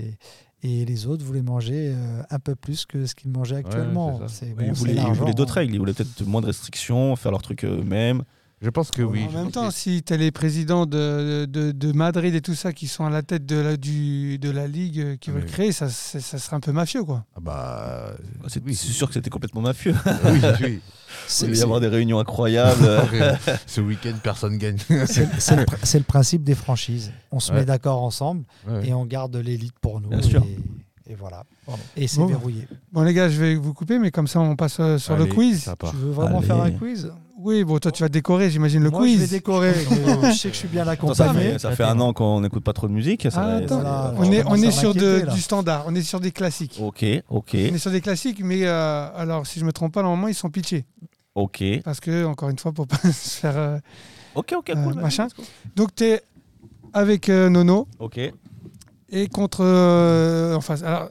et les autres voulaient manger un peu plus que ce qu'ils mangeaient actuellement. c'est ça. C'est Oui, bon, ils c'est voulaient l'argent, d'autres hein. règles, ils voulaient peut-être moins de restrictions, faire leurs trucs eux-mêmes. Je pense que oui. En même temps, si tu as les présidents de Madrid et tout ça qui sont à la tête de la Ligue qui veulent Mais- créer, ça serait un peu mafieux, quoi. Ah bah, C'est oui, sûr que c'était complètement mafieux. oui, oui. Il devait y avoir des réunions incroyables. Ce week-end, personne gagne. C'est le principe des franchises. On se Ouais. met d'accord ensemble Ouais. et on garde l'élite pour nous. Bien sûr. Et voilà. Et c'est Bon. verrouillé. Bon, les gars, je vais vous couper, mais comme ça, on passe sur le Allez, quiz. ça part. Tu veux vraiment Allez. faire un quiz? Oui, bon, toi, tu vas décorer, j'imagine, le Moi, quiz. je vais décorer. Je sais que je suis bien Attends, ça accompagné. fait 1 an qu'on n'écoute pas trop de musique. Ça Ah, va- attends. Voilà. On Je est, commence à sur m'inquiéter, là. du standard, on est sur des classiques. Ok, ok, On est sur des classiques, mais alors, si je me trompe pas, normalement, ils sont pitchés. ok. Parce que, encore une fois, pour pas se faire. Ok, cool. machin. vas-y, let's go. Donc, tu es avec Nono Ok. et contre. Enfin, alors,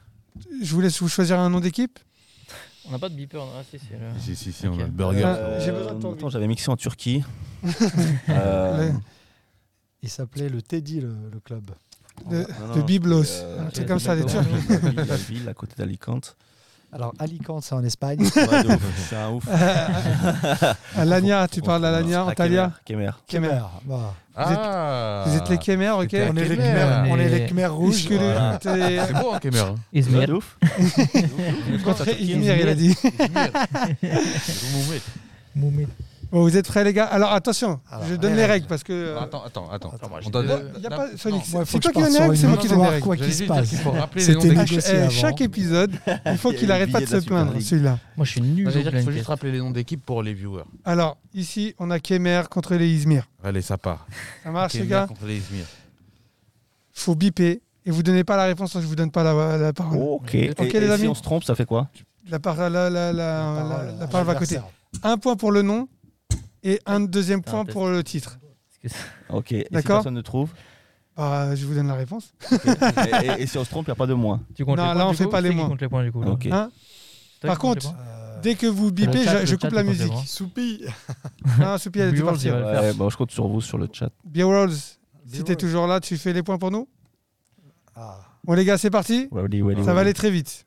je vous laisse vous choisir un nom d'équipe. On n'a pas de beeper. Ah, si, Si, on Ok. a le burger. Ah, j'ai besoin de ton Attends, j'avais mixé en Turquie. Il s'appelait le Teddy, le club. de Biblos. Un truc comme ça, les Turcs. La ville à côté d'Alicante. Alors, Alicante, c'est en Espagne. Ouais, de ouf. C'est un ouf. Alania, tu parles d'Alania, Antalya, Kemer. Kemer. Bah, Ah. Vous êtes les Khmer, ok. C'était à on est les Kemer. Khmer, on est les Mais- Khmer rouges. Puisque Voilà. C'est beau, hein, Kemer. hein. Ouais, Izmir. de ouf. Contre Izmir, il a dit. Moumet. Moumet. Bon, vous êtes prêts, les gars? Alors, attention, Alors, je donne les les règles. règles parce que. Attends. moi, On donne- Il n'y a pas. Sonic, moi, il faut c'est que toi je qui donne parte les sur règles, une c'est moi qui victoire, donne les règles. quoi qu'il J'allais se juste dire passe. qu'il faut rappeler les noms C'était des négocié avant. Chaque épisode, il faut qu'il les arrête pas de billets se de la Super plaindre, League. celui-là. Moi, je suis nul au Il faut blanket. juste rappeler les noms d'équipes pour les viewers. Alors, ici, on a Kemer contre les Izmir. Allez, ça part. Ça marche, les Kemer gars? contre les Izmir. Faut biper. Et vous donnez pas la réponse, je vous donne pas la parole. Ok. Ok, Et les si amis. on se trompe, ça fait quoi? La parole va à côté. L'adversaire. Un point pour le nom et un deuxième point test. pour le titre. Est-ce que Ok. Et si D'accord. personne ne trouve? Bah, je vous donne la réponse. Et si on se trompe, il n'y a pas de moins. Tu comptes Non, les là, points, on du fait coup, pas les c'est qui mois. compte les points du coup. là Ok. Hein? C'est toi Par qui compte les contre, points Dès que vous bipez, Le chat, je coupe la il compte les musique. points. Soupy. Non, Soupy, elle a dû Viewers, partir. il va le faire. Ouais, bah, je compte sur vous sur le chat. Beerwolves, si t'es toujours là, tu fais les points pour nous. Ah. Bon, les gars, c'est parti. Ça va aller très vite.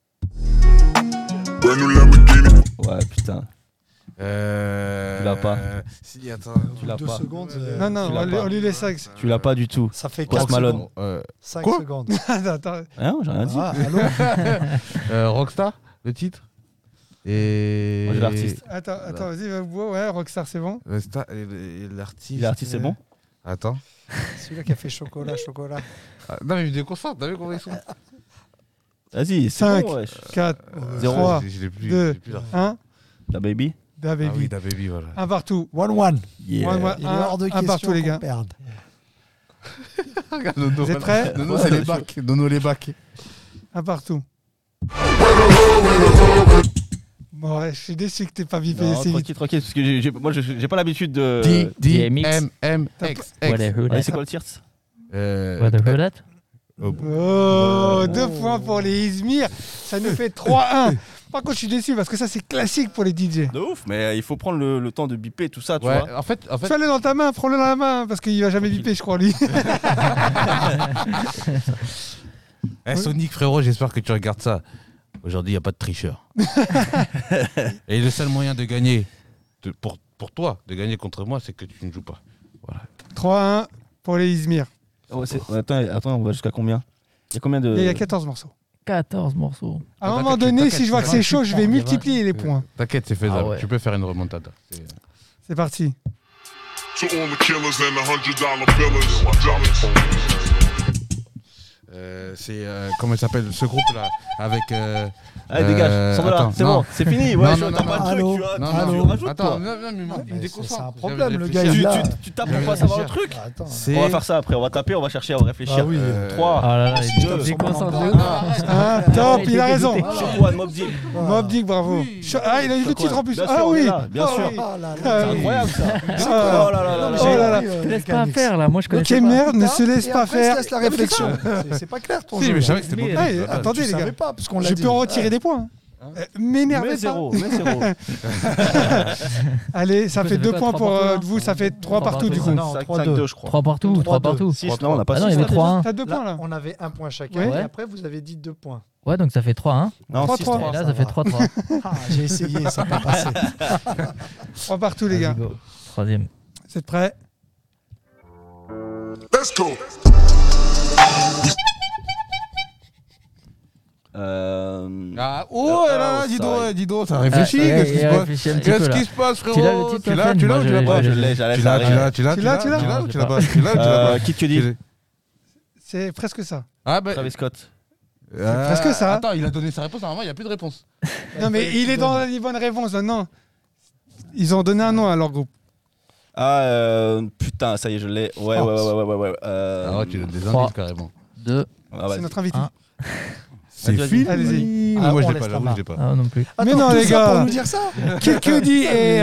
Ouais, putain. Tu l'as pas. Si, attends. Tu l'as 2 pas. secondes. Non, non, tu l'as on pas. lui laisse 5. Tu l'as pas du tout. Ça fait Post 4 Malone. secondes. 5 Quoi secondes. Attends. Hein, j'ai rien dit. Ah, allô. Rockstar, le titre. Et. Moi, j'ai l'artiste. Attends, vas-y, ouais, Rockstar, c'est bon. L'artiste. L'artiste, c'est bon? Attends. Celui-là qui a fait chocolat. Ah, non, mais je me déconcentre, t'as vu comment ils sont? Vas-y, c'est 5, bon, wesh. 4, Zéro. 3, Je l'ai plus. 2, je l'ai plus là. 1. La baby? Da Ah oui, baby. Da Baby, voilà. Un partout. 1-1. Yeah. Il est hors de un question partout, les qu'on gars. perde. Regarde, Nono, Vous êtes prêts? Nono, c'est les bacs. Nono, les bacs. Un partout. Bon, ouais, je suis déçu que t'aies pas bipé. Non, c'est vite. tranquille, parce que moi, j'ai pas l'habitude de. DMX. What I heard Allez, that. c'est quoi le tiers? What I heard that. Oh, 2 points pour les Izmir. Ça nous fait 3-1. Par contre, je suis déçu parce que ça, c'est classique pour les DJ. De ouf, mais il faut prendre le temps de biper tout ça, tu Ouais, vois. en fait, Fais-le dans ta main, prends-le dans la main parce qu'il va jamais biper, je crois, lui. Sonic, frérot, j'espère que tu regardes ça. Aujourd'hui, il n'y a pas de tricheur. Et le seul moyen de gagner, pour toi, de gagner contre moi, c'est que tu ne joues pas. Voilà. 3-1 pour les Izmir. Ouais, attends, on va jusqu'à combien? Il y a combien de. Il y a 14 morceaux. 14 morceaux. À un T'inquiète, moment donné, t'inquiète, si je vois que c'est chaud, je vais multiplier les points. T'inquiète, c'est faisable. Ah ouais. Tu peux faire une remontada. C'est parti. To all the killers and the $100 billers. C'est comment il s'appelle ce groupe là avec. Allez, dégage, sors de là, attends, c'est non. bon, c'est fini. Non, Ouais, non, t'as non, pas non, le truc, allô, tu vois. Non, tu non, rajoutes, attends, toi. non, mais il me C'est déconcentre. un Je problème, vais le réfléchir. gars, il est là. Tu tapes Je pour vais pas savoir le réfléchir. truc. Attends. C'est- On va faire ça après, on va taper, on va chercher, on va réfléchir. Ah oui. 3. Ah là là, si il je est tape sur mon déconcentré. number. Ah, top, Ouais, il a t'es raison. dégoûté. One, Mob Deep. Mobb Deep, bravo. Ah, il a eu le titre en plus. Bien sûr, Ah on est oui. là, bien Ah sûr. oui. Ah là là. Ah C'est oui. incroyable ça. Ah. Oh là là là là. Oh là là. Tu laisses pas faire là, moi je connais Ok, merde, ne se laisse Et pas après, faire. se laisse la réflexion. C'est pas clair ton Si, jeu. mais je savais que c'était Mais- pas Hey, attendez Tu les savais gars, pas parce qu'on l'a je dit. peux en retirer des points. M'énervez Mais pas. zéro, mais zéro. Allez, ça Du coup, fait ça 2 fait points quoi, pour 3 partout, vous, ça fait 3 3 partout du partout. coup. Non, 5-2, 3-2. je crois. 3 partout, 3 partout. 6, non, on n'a pas Ah non, il y 6. avait 3 1. T'as 2 points là. On avait un point chacun Ouais. et après vous avez dit 2 points. Ouais, donc ça fait 3 1. Non, 3-3. 6-3. Et là, ça ça fait va. 3 3. Ah, j'ai essayé, ça n'a pas passé. 3 partout les gars. Troisième. Vous êtes prêts? Let's go. Ah, oh là là, dis donc, ça réfléchit. Ah, Qu'est-ce qui se passe réfléchis un petit Qu'est-ce peu, là. qui se passe, frérot? Tu l'as, le titre, Tu l'as, Fred? tu l'as Moi, ou tu l'as je- pas? Je l'ai, j'allais Tu l'as, tu l'as, tu l'as, Tu tu l'as, l'as, tu l'as tu l'as ou Non, tu j'ai l'as pas. pas? Tu l'as ou tu l'as pas? Qui tu dis C'est presque ça. Ah bah. Travis Scott. presque ça. Attends, il a donné sa réponse, normalement, il n'y a plus de réponse. Non mais il est dans les bonnes réponses. Non. Ils ont donné un nom à leur groupe. Ah, putain, ça y est, je l'ai. Ouais. Ah ouais, tu donnes des 3. indices carrément. 2. Ah, C'est notre invité. Un. C'est Vas-y, fini. allez-y. Mais Ah, moi, je on l'ai laisse pas, la j'avoue, main. je l'ai pas. Ah non plus. Mais non tout les ça gars. pour nous dire ça. Quelques dit et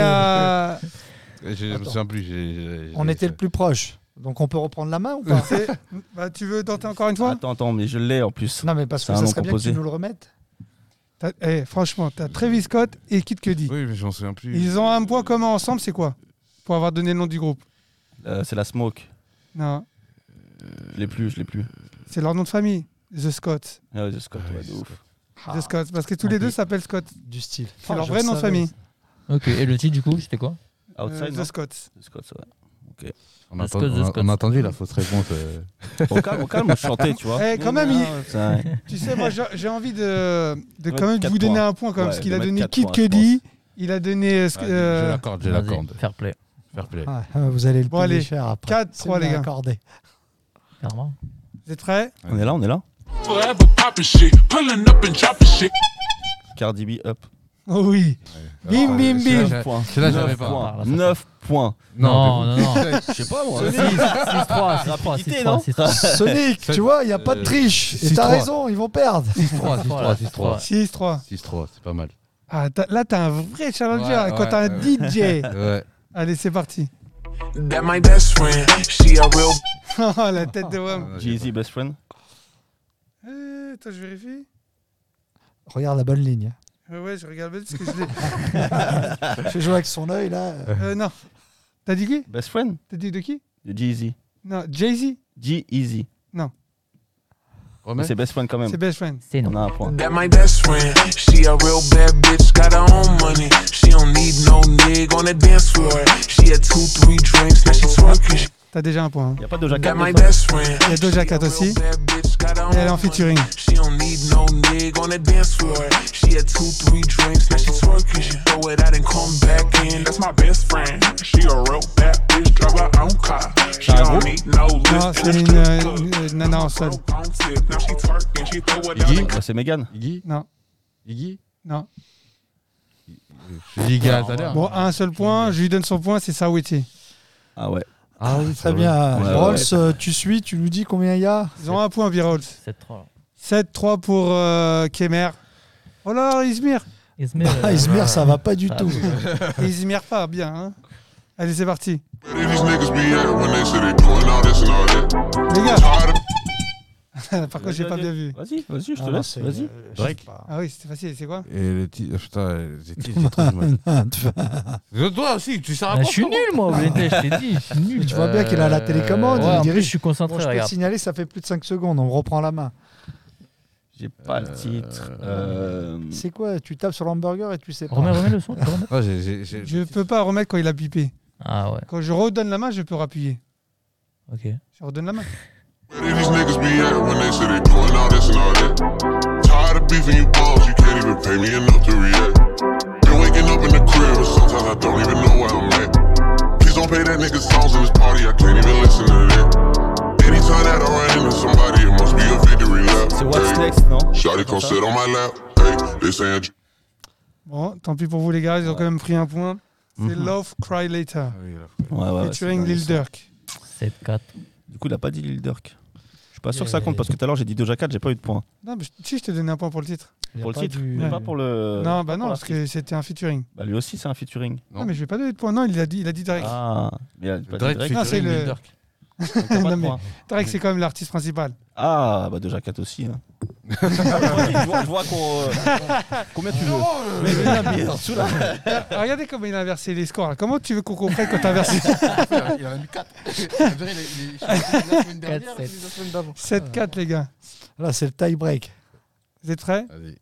Je me souviens plus. On était le plus proche. Donc on peut reprendre la main ou pas? bah, tu veux tenter encore une fois? Attends, mais je l'ai en plus. Non mais parce C'est que un ça nom serait bien composé. que tu nous le remettes. Franchement, t'as Travis Scott et Kid Cudi. Oui, mais je m'en souviens plus. Ils ont un point commun ensemble, c'est quoi? Pour avoir donné le nom du groupe. C'est la Smoke. Non, Je l'ai plus. c'est leur nom de famille. The Scott. Ah ouais, The Scott, ouais, de ouf. The Scott. Parce que tous les deux s'appellent Scott. Du style. C'est leur vrai nom de famille. Ok, et le titre du coup, c'était quoi? Outside, The non Scott. The Scott, ouais. On a The Scott, The Scott. on a entendu la fausse réponse. Au calme, moi je chantais, tu vois. Eh, quand même, Ça, ouais. tu sais, moi j'ai envie de Ouais, quand même 4 vous donner points. un point quand même, Ouais, parce qu'il de a mettre donné 4 Kid points, je Cudi, il a donné Je l'accorde, je Vas-y, l'accorde. fair play. Fair play. Vous allez le Bon, payer allez. cher après. 4-3 C'est les bien gars. accordé. Clairement. Vous êtes prêts? On est là. Forever poppin' shit, pulling up and dropping shit. Cardi B, up. Oh oui. Bim, bim, bim. 9 points. C'est là, j'avais 9 pas. points. Ah, là, ça 9 points. Non. Je sais pas, moi. 6-3, Rapidité, non 6-3. Sonic, tu vois, il n'y a pas de triche. Et 6-3. t'as raison, ils vont perdre. 6-3, 6-3. 6-3. 6-3, c'est pas mal. Ah, là, t'as un vrai challenger Ouais, quand t'as un ouais. DJ. Ouais. Allez, c'est parti. That my best friend, she a real. Oh, la tête de Wham. Jeezy, best friend. Attends, je vérifie. Regarde la bonne ligne. Ouais, je regarde bien parce que je l'ai. Je joue avec son œil là. Non. T'as dit qui? Best friend T'as dit de qui? de Jeezy. Non, Jay-Z. G-Easy. Remets. C'est best friend quand même. C'est Best Friend. C'est On non. a un point. That my best friend, she a real bad bitch, got her own money. She don't need no nigga on the dance floor. She had 2-3 drinks, now she twerking. T'as déjà un point. Hein. Y'a pas de Doja That Cat my des fois best friend. Il y a Doja Cat aussi. Et elle est en featuring. She don't need no nigga on the dance floor. She had 2-3 drinks, now she twerking. She throw it out and come back in. That's my best friend. She a real bad bitch, drive her own car. She don't need no Non, list. c'est une nana en sol. Now she twerking, she throw it out Iggy. and Bah, c'est Megan. Iggy. Non, Iggy. non. Je dis Iggy Azalea. Bon, un seul point. Je lui donne son point, c'est Saweetie. Ah ouais. Ah oui, Très bien. Ouais, Rolls, ouais. tu suis, tu nous dis combien il y a? Ils ont un point, B-Rolls. 7-3. 7-3 pour Kemer. Oh là, Izmir. Izmir. Ah, Izmir, ça va pas du Ah, tout. Izmir pas, bien. Hein. Allez, c'est parti. Where these niggas be at when they say they doing all this and all that? Les gars, Tired of par contre, j'ai pas bien vu. Vas-y, je te Ah, non, laisse. c'est- Vas-y. je sais Drake. pas. Ah oui, c'était facile. C'est quoi? Et le titre, putain, j'ai trop du mal. Toi aussi, tu sais Ah, je suis nul, moi, au BNT, je t'ai dit, je suis nul. Tu vois bien qu'il a la télécommande, Ouais, il en plus, je dirige. suis Bon, concentré, je peux te regarde. signaler, ça fait plus de 5 secondes, on reprend la main. J'ai pas le titre. C'est quoi? Tu tapes sur l'hamburger et tu sais pas. Remets le son. tu peux remettre Ah, Je peux pas remettre quand il a pipé. Ah ouais, Quand je redonne la main, je peux rappuyer. ok. Je redonne la main. where these niggas be at when they say they doing all this and all that? lot of beef and you bones, you can't even pay me enough to react. Been waking up in the crib, and sometimes I don't even know where I'm at. Please don't pay that nigga songs in this party, I can't even listen to that. Anytime that I run into somebody, it must be a victory lap. C'est What's Next, non? Shawty come sit on my lap. Hey, this ain't. Bon, tant pis pour vous les gars, ils ont quand même pris un point. C'est Love Cry Later, Ouais, featuring Lil Durk. 7-4. Du coup, il a pas dit Lil Durk. Je suis pas sûr que ça compte parce que tout à l'heure j'ai dit Doja Cat, j'ai pas eu de point. Non, mais si je t'ai donné un point pour le titre. Pour le titre, mais Ouais. pas pour le. Non, bah pas non, pour parce que c'était un featuring. Bah lui aussi c'est un featuring. Non, mais je vais pas donner de point. Non, il a dit direct. Ah, mais il a pas dit Drake Drake. Non, c'est le- Donc t'as pas de Non, mais- point. Direct, c'est quand même l'artiste principal. Ah, bah Doja Cat aussi. Hein. je vois qu'on. Combien tu veux? Mais la bière, sous la Regardez comment il a inversé les scores. Là. Comment tu veux qu'on comprenne quand t'as inversé Il en a mis 4. On dirait il est la semaine dernière, 4-7. la semaine d'avant. 7-4, les gars. Là, c'est le tie break. Vous êtes prêts? Vas-y.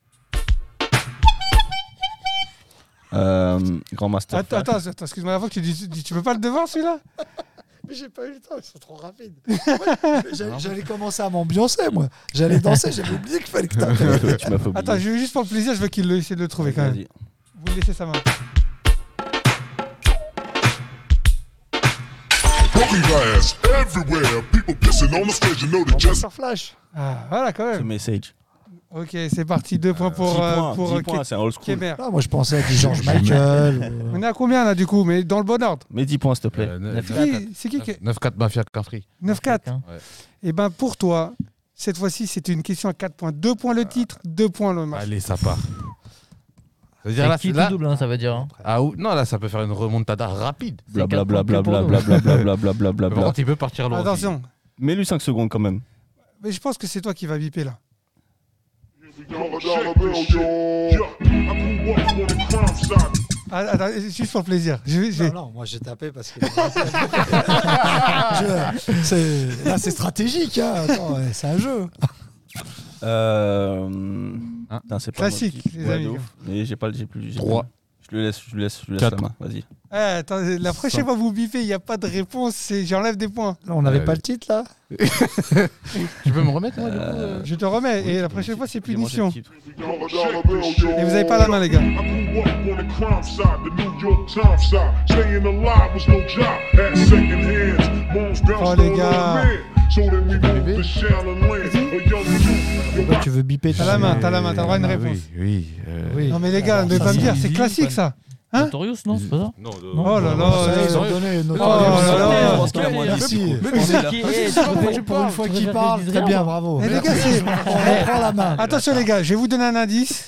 Grand Master. Attends, excuse-moi, la fois que tu dis, tu peux pas le devant celui-là? Mais j'ai pas eu le temps, ils sont trop rapides. J'allais commencer à m'ambiancer, moi. J'allais danser, j'avais oublié qu'il fallait que t'appelles. Tu m'as fait oublier. Attends, juste pour le plaisir, je veux qu'il essaie de le trouver quand même. Vas-y. Vous laissez sa main. Broken glass everywhere. People pissing on the stage, you know the just. Sur Flash. Ah, voilà quand Ce même. message. Ok, c'est parti. 2 points 10 pour, points, 10 points, c'est un old school. Kéber. Là, moi, je pensais à du George Michael. On est à combien là du coup? Mais dans le bon ordre. Mais 10 points s'il te plaît. C'est qui 9-4 Mafia Cafri. 9-4. Hein. Et ben pour toi, cette fois-ci, c'était une question à 4 points. 2 points le titre, 2 points le match. Allez, ça part. Ça veut dire C'est là, qui tout là, double, hein, ça veut dire. Hein. ah, non, là, ça peut faire une remontada rapide. Blablabla. Par contre, il peut partir loin. Attention. Mets-lui 5 secondes quand même. Mais je pense que c'est toi qui vas biper là. Attends, juste pour le plaisir. Je vais- Non, moi, j'ai tapé parce que. Là, c'est stratégique. Hein. Attends, ouais, c'est un jeu. Putain, c'est pas Classique, moi qui- les ouais, amis. de ouf. Mais j'ai plus. 3. Je lui laisse la 4. main. Vas-y. Eh, attends, la prochaine fois vous bipez, il n'y a pas de réponse, j'enlève des points. Là, on n'avait pas le titre, là. Tu peux me remettre, moi, du coup Je te remets, et la prochaine fois c'est J'ai mangé punition. le titre. Et vous n'avez pas la main, les gars. I grew up on the crime side, the New York Times side. Staying alive was no job. Had second hands, moms bounced Oh, all les on gars. the land. So then we moved to Shaolin Land. A young youth. Pourquoi tu veux biper T'as la main, t'as le droit à une Ah, réponse. Oui. Oui. Non mais les gars, ne ça, pas me c'est dire, c'est easy, classique pas- ça. Hein Notorious, non, c'est pas ça? Non, Oh là là, Ça y est, ils ont donné une Oh là là. Je pense qu'il a moins Mais 10. si. Pour une fois qu'il parle, très bien, bravo. Eh, les gars, c'est- On reprend la main. Attention les gars, je vais vous donner un indice.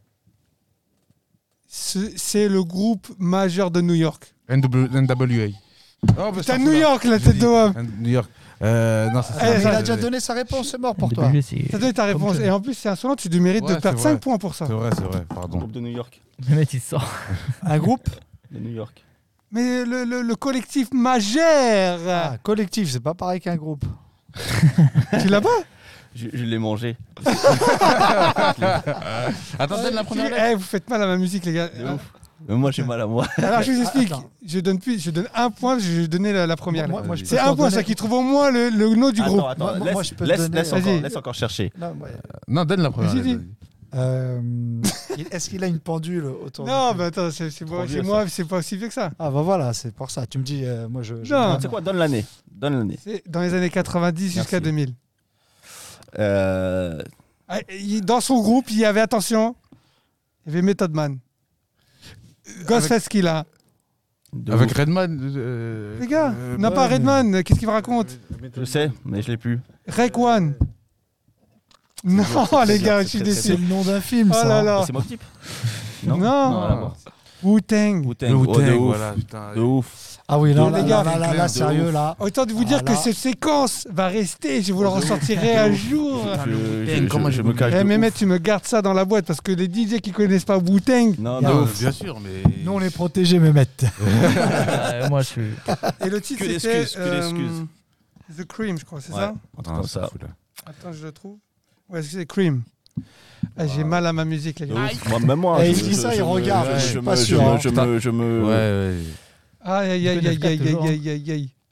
C'est le groupe majeur de New York. NWA. Oh, bah, T'as New York, la tête de homme. New York. Non, c'est Eh, Il ça, a déjà donné sa réponse, c'est mort pour toi. T'as donné ta réponse. Et en plus, c'est insolent, tu mérites de Ouais, perdre c'est 5 vrai. points pour ça. C'est vrai, pardon. Groupe de New York. Le mec, il sort. Un groupe De New York. Mais le collectif majeur, Ah, collectif, c'est pas pareil qu'un groupe. tu l'as pas? Je l'ai mangé. Attends, donne la première lettre. Eh, vous faites mal à ma musique, les gars. De ouf. Mais moi j'ai mal à moi. Alors, je vous explique. Attends. Je donne un point, je vais donner la première. Moi, je peux C'est te un point, donner- ça qui trouve au moins le nom du groupe. Attends, Moi, je peux te laisse, donner- laisse, encore, Vas-y. laisse encore chercher. Non, ouais. Non, donne la première Vas-y, lettre. dis. Est-ce qu'il a une pendule autour de Non, lui mais attends, c'est moi, vieux, c'est pas aussi vieux que ça. Ah bah voilà, c'est pour ça. Tu me dis, moi je... Non. Tu sais quoi, donne l'année. Donne l'année. C'est dans les années 90 jusqu'à Merci. 2000. Euh, Ah, Dans son groupe, il y avait, attention, il y avait Method Man. Ghostface Killah. de Avec ouf. Redman. Les gars, n'a pas Redman, qu'est-ce qu'il me raconte? Je sais, mais je l'ai plus. Rake One. Non, les gars, je suis très, très C'est déçu. le nom d'un film, Oh ça. là là. C'est Mobb Deep. Non. rien à voir. Wu-Tang. Wu-Tang. Le Oh, de Wu-Tang, ouf. voilà, putain. De ouf. Ah oui, là, Les là, gars, là, là, clair, là, de sérieux, ouf. là. Autant de vous dire Ah, que là. cette séquence va rester, je vous la ressortirai un jour. Je me cache. Eh, de Mehmet, ouf. tu me gardes ça dans la boîte parce que les DJ qui connaissent pas Wu-Tang, Non, de Non, ouf. bien sûr, mais. Nous, on est protégés, Mehmet. Moi, je suis. et le titre Que c'était d'excuses, que d'excuses. The Cream, je crois, c'est Ouais. ça? Un truc Ah, comme c'est ça. fou, là. Attends, je le trouve. Ouais, c'est Cream. Ah, j'ai mal à ma musique, les De gars. ouf. Moi, même moi. Eh, je- il dit je- ça, je il me- regarde, je- je suis je pas me- sûr, hein. Je me. Ouais, ouais. Aïe, aïe, aïe, aïe, aïe, aïe, aïe, aïe, aïe.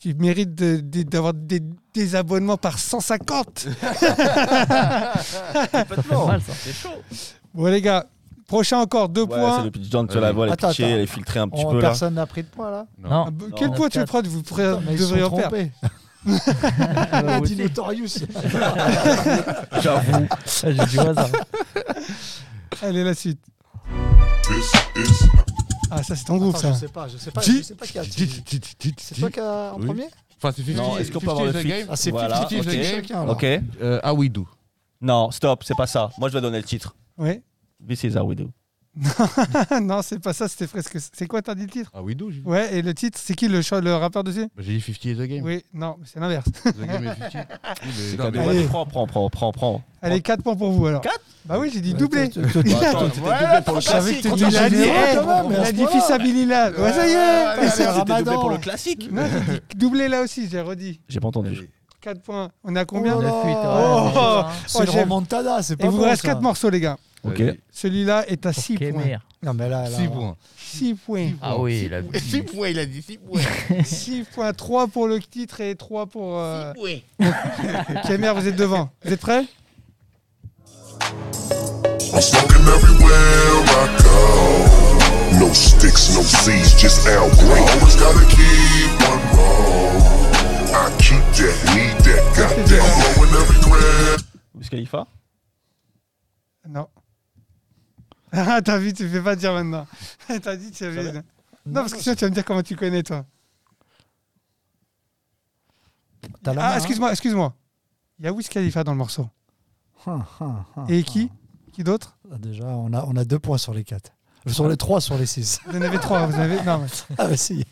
Tu mérites d'avoir des abonnements par 150. Complètement. mal, ça. C'est chaud. Bon, les gars, prochain encore, 2 Ouais, points. c'est le petit John, tu la vois, les Attends, pitcher, attends. les filtrer un petit peu là. Personne n'a pris de points là. Non. Ah, quel Non. point tu veux prendre? Vous Putain, mais ils devriez sont en perdre. trompés. Ah, Dit aussi. Notorious. J'avoue. J'ai du hasard. Allez, la suite. This is Ah, ça, c'est ton groupe, Attends, ça. je sais pas qui a. C'est toi qui as en Oui. premier? Enfin, c'est 50, Non, est-ce qu'on peut avoir le 50 feat game. Ah, c'est Voilà, 50 ok. chacun. alors. Ok. Ah oui, do. Non, stop, c'est pas ça. Moi, je vais donner le titre. Oui. This is how we do. Non, c'est pas ça, c'était presque. C'est quoi, t'as dit le titre? Ah oui, do. Ouais, et le titre, c'est qui le rappeur dessus? J'ai dit 50 is a game. Oui, non, c'est l'inverse. The game is 50. C'est Non, cadeau. mais- Allez. Prends. Allez, 4 points pour vous alors. 4? Bah oui, j'ai dit doublé. Attends, c'était doublé pour le Je savais que classique. tu l'as dit. Quand même, mais Il à a ce dit point-là. fils à Billy là. Ouais, ça y est. c'est C'était doublé Ramadan. pour le classique. Non, j'ai dit doublé là aussi, j'ai redit. J'ai pas entendu. 4 points. On est à combien? Oh là 9-8. Oh. Ouais, C'est une j'ai- remontada, c'est Il pas vous bon, reste ça. 4 morceaux, les gars. Ok. Vas-y. Celui-là est à pour 6 points. Kemer. Non, mais là. 6 points. 6 points. Ah oui, il a 6 points, il a dit 6 points. 6 points. 3 pour le titre et 3 pour. Kemer, vous êtes devant. Vous êtes prêts? I'm smoking everywhere I go. No sticks, no seeds, just Al Green. Always gotta keep one roll. I keep that, need that, goddamn. I'm blowing everywhere. Wiz Khalifa. Non. Ah, t'as vu, tu fais pas dire maintenant. T'as dit, tu avais. Non, parce que sinon, tu vas me dire comment tu connais, toi. T'as la main, Ah, hein. excuse-moi. Il y a Wiz Khalifa dans le morceau. Ah, Et qui? Qui d'autre? Déjà, on a 2 points sur les 4. Sur les 3 sur les 6. Vous en avez 3. Vous avez. Non, mais... Ah, bah si.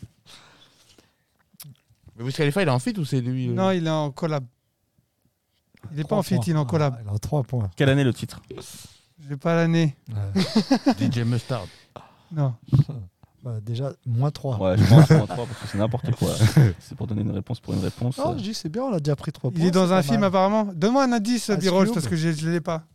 Mais Wiz Khalifa, il est en feat ou c'est lui non, il est en collab. Il est pas en feat, il est en collab. Il a 3 points. Quelle année le titre? J'ai pas l'année. DJ Mustard. Non. Bah, déjà, moins 3. Ouais, je pense moins 3 parce que c'est n'importe quoi. C'est pour donner une réponse pour une réponse. Non, je dis c'est bien, on a déjà pris 3 points. Il est dans c'est un pas film mal. apparemment. Donne-moi un indice, Ah, Biroche, Scoob. parce que je l'ai pas.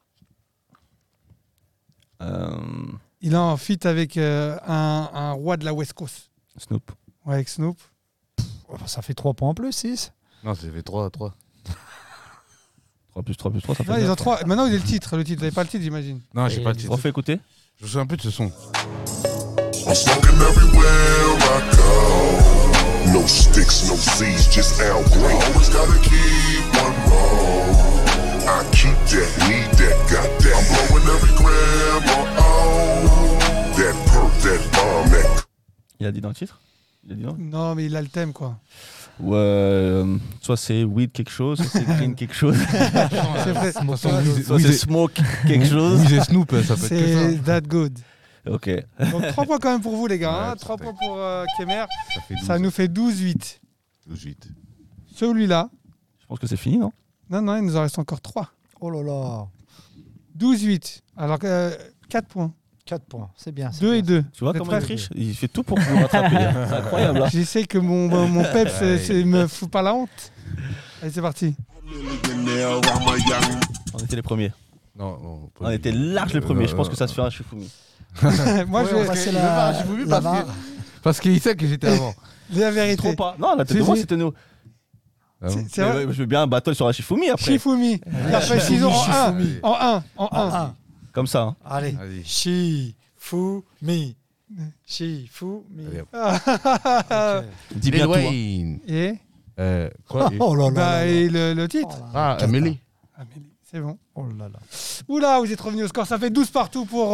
Il est en feat avec un roi de la West Coast. Snoop. Ouais, avec Snoop. Oh, bah, ça fait 3 points en plus, 6. Non, ça fait 3. 3 plus 3 plus 3, ça fait Non, ils 9. ont 3. Maintenant, il est le titre. Le titre, vous n'avez pas le titre, j'imagine. Non, j'ai pas de titre. Refais écouter. Je me souviens un peu de ce son. I'm smoking everywhere I go. No sticks, no seeds, just Al Green. Always gotta keep one roll. I keep that, need that, goddamn. I'm blowing every gram that perk, that bomb, that. Il a dit dans le titre? Il a dit non? Non, mais il a le thème, quoi. Ou soit c'est weed quelque chose, soit c'est green quelque chose, C'est vrai. soit c'est smoke quelque chose. Wiz et Snoop, ça peut être C'est que that good. Ok. Donc 3 points quand même pour vous, les gars. Ouais, 3 ça points fait- pour Kemer. ça. Fait 12. Ça nous fait 12-8. 18. Celui-là. Je pense que c'est fini, non? Non, il nous en reste encore 3. Oh là là. 12-8. Alors, 4 points. 4 points, c'est bien. 2 et 2. Tu vois Vous êtes comment il prêts? triche? Il fait tout pour vous rattraper. C'est incroyable. Hein. J'essaie que mon pep me fout pas la honte. Allez, c'est parti. Millionaire, I'm a young. On était les premiers. Non, non, On était large les premiers. Je pense que ça se fait un Shifumi. Moi, Ouais, on va je passer il veut la, pas, j'ai voulu la parce que- barre. Parce qu'il sait que j'étais avant. dis la Trop vérité. pas. Non, la tête Si, de moi, si. c'était nous. Ah bon C'est vrai. Mais je veux bien un battle sur la Shifumi après. Shifumi. Il a fait 6 ans en 1. Shifumi. En 1. En En 1. un. Comme ça. Hein. Allez. Vas-y. Shifumi. Shifumi. Allez, hop. Ok. Dis Lil bien tout. Hein. Wayne. Et Quoi Oh là là. bah, là là. et le titre. Oh là là. Ah, Amélie. Amélie, c'est bon. Oh là là. Oula, vous êtes revenu au score. Ça fait 12 partout pour.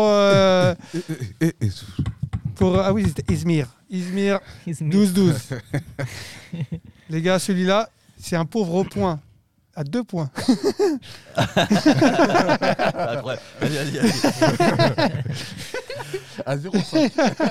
Ah oui, c'était Izmir. Izmir, 12-12. Les gars, celui-là, c'est un pauvre point. À 2 points. Incroyable. Vas-y. À 0,5.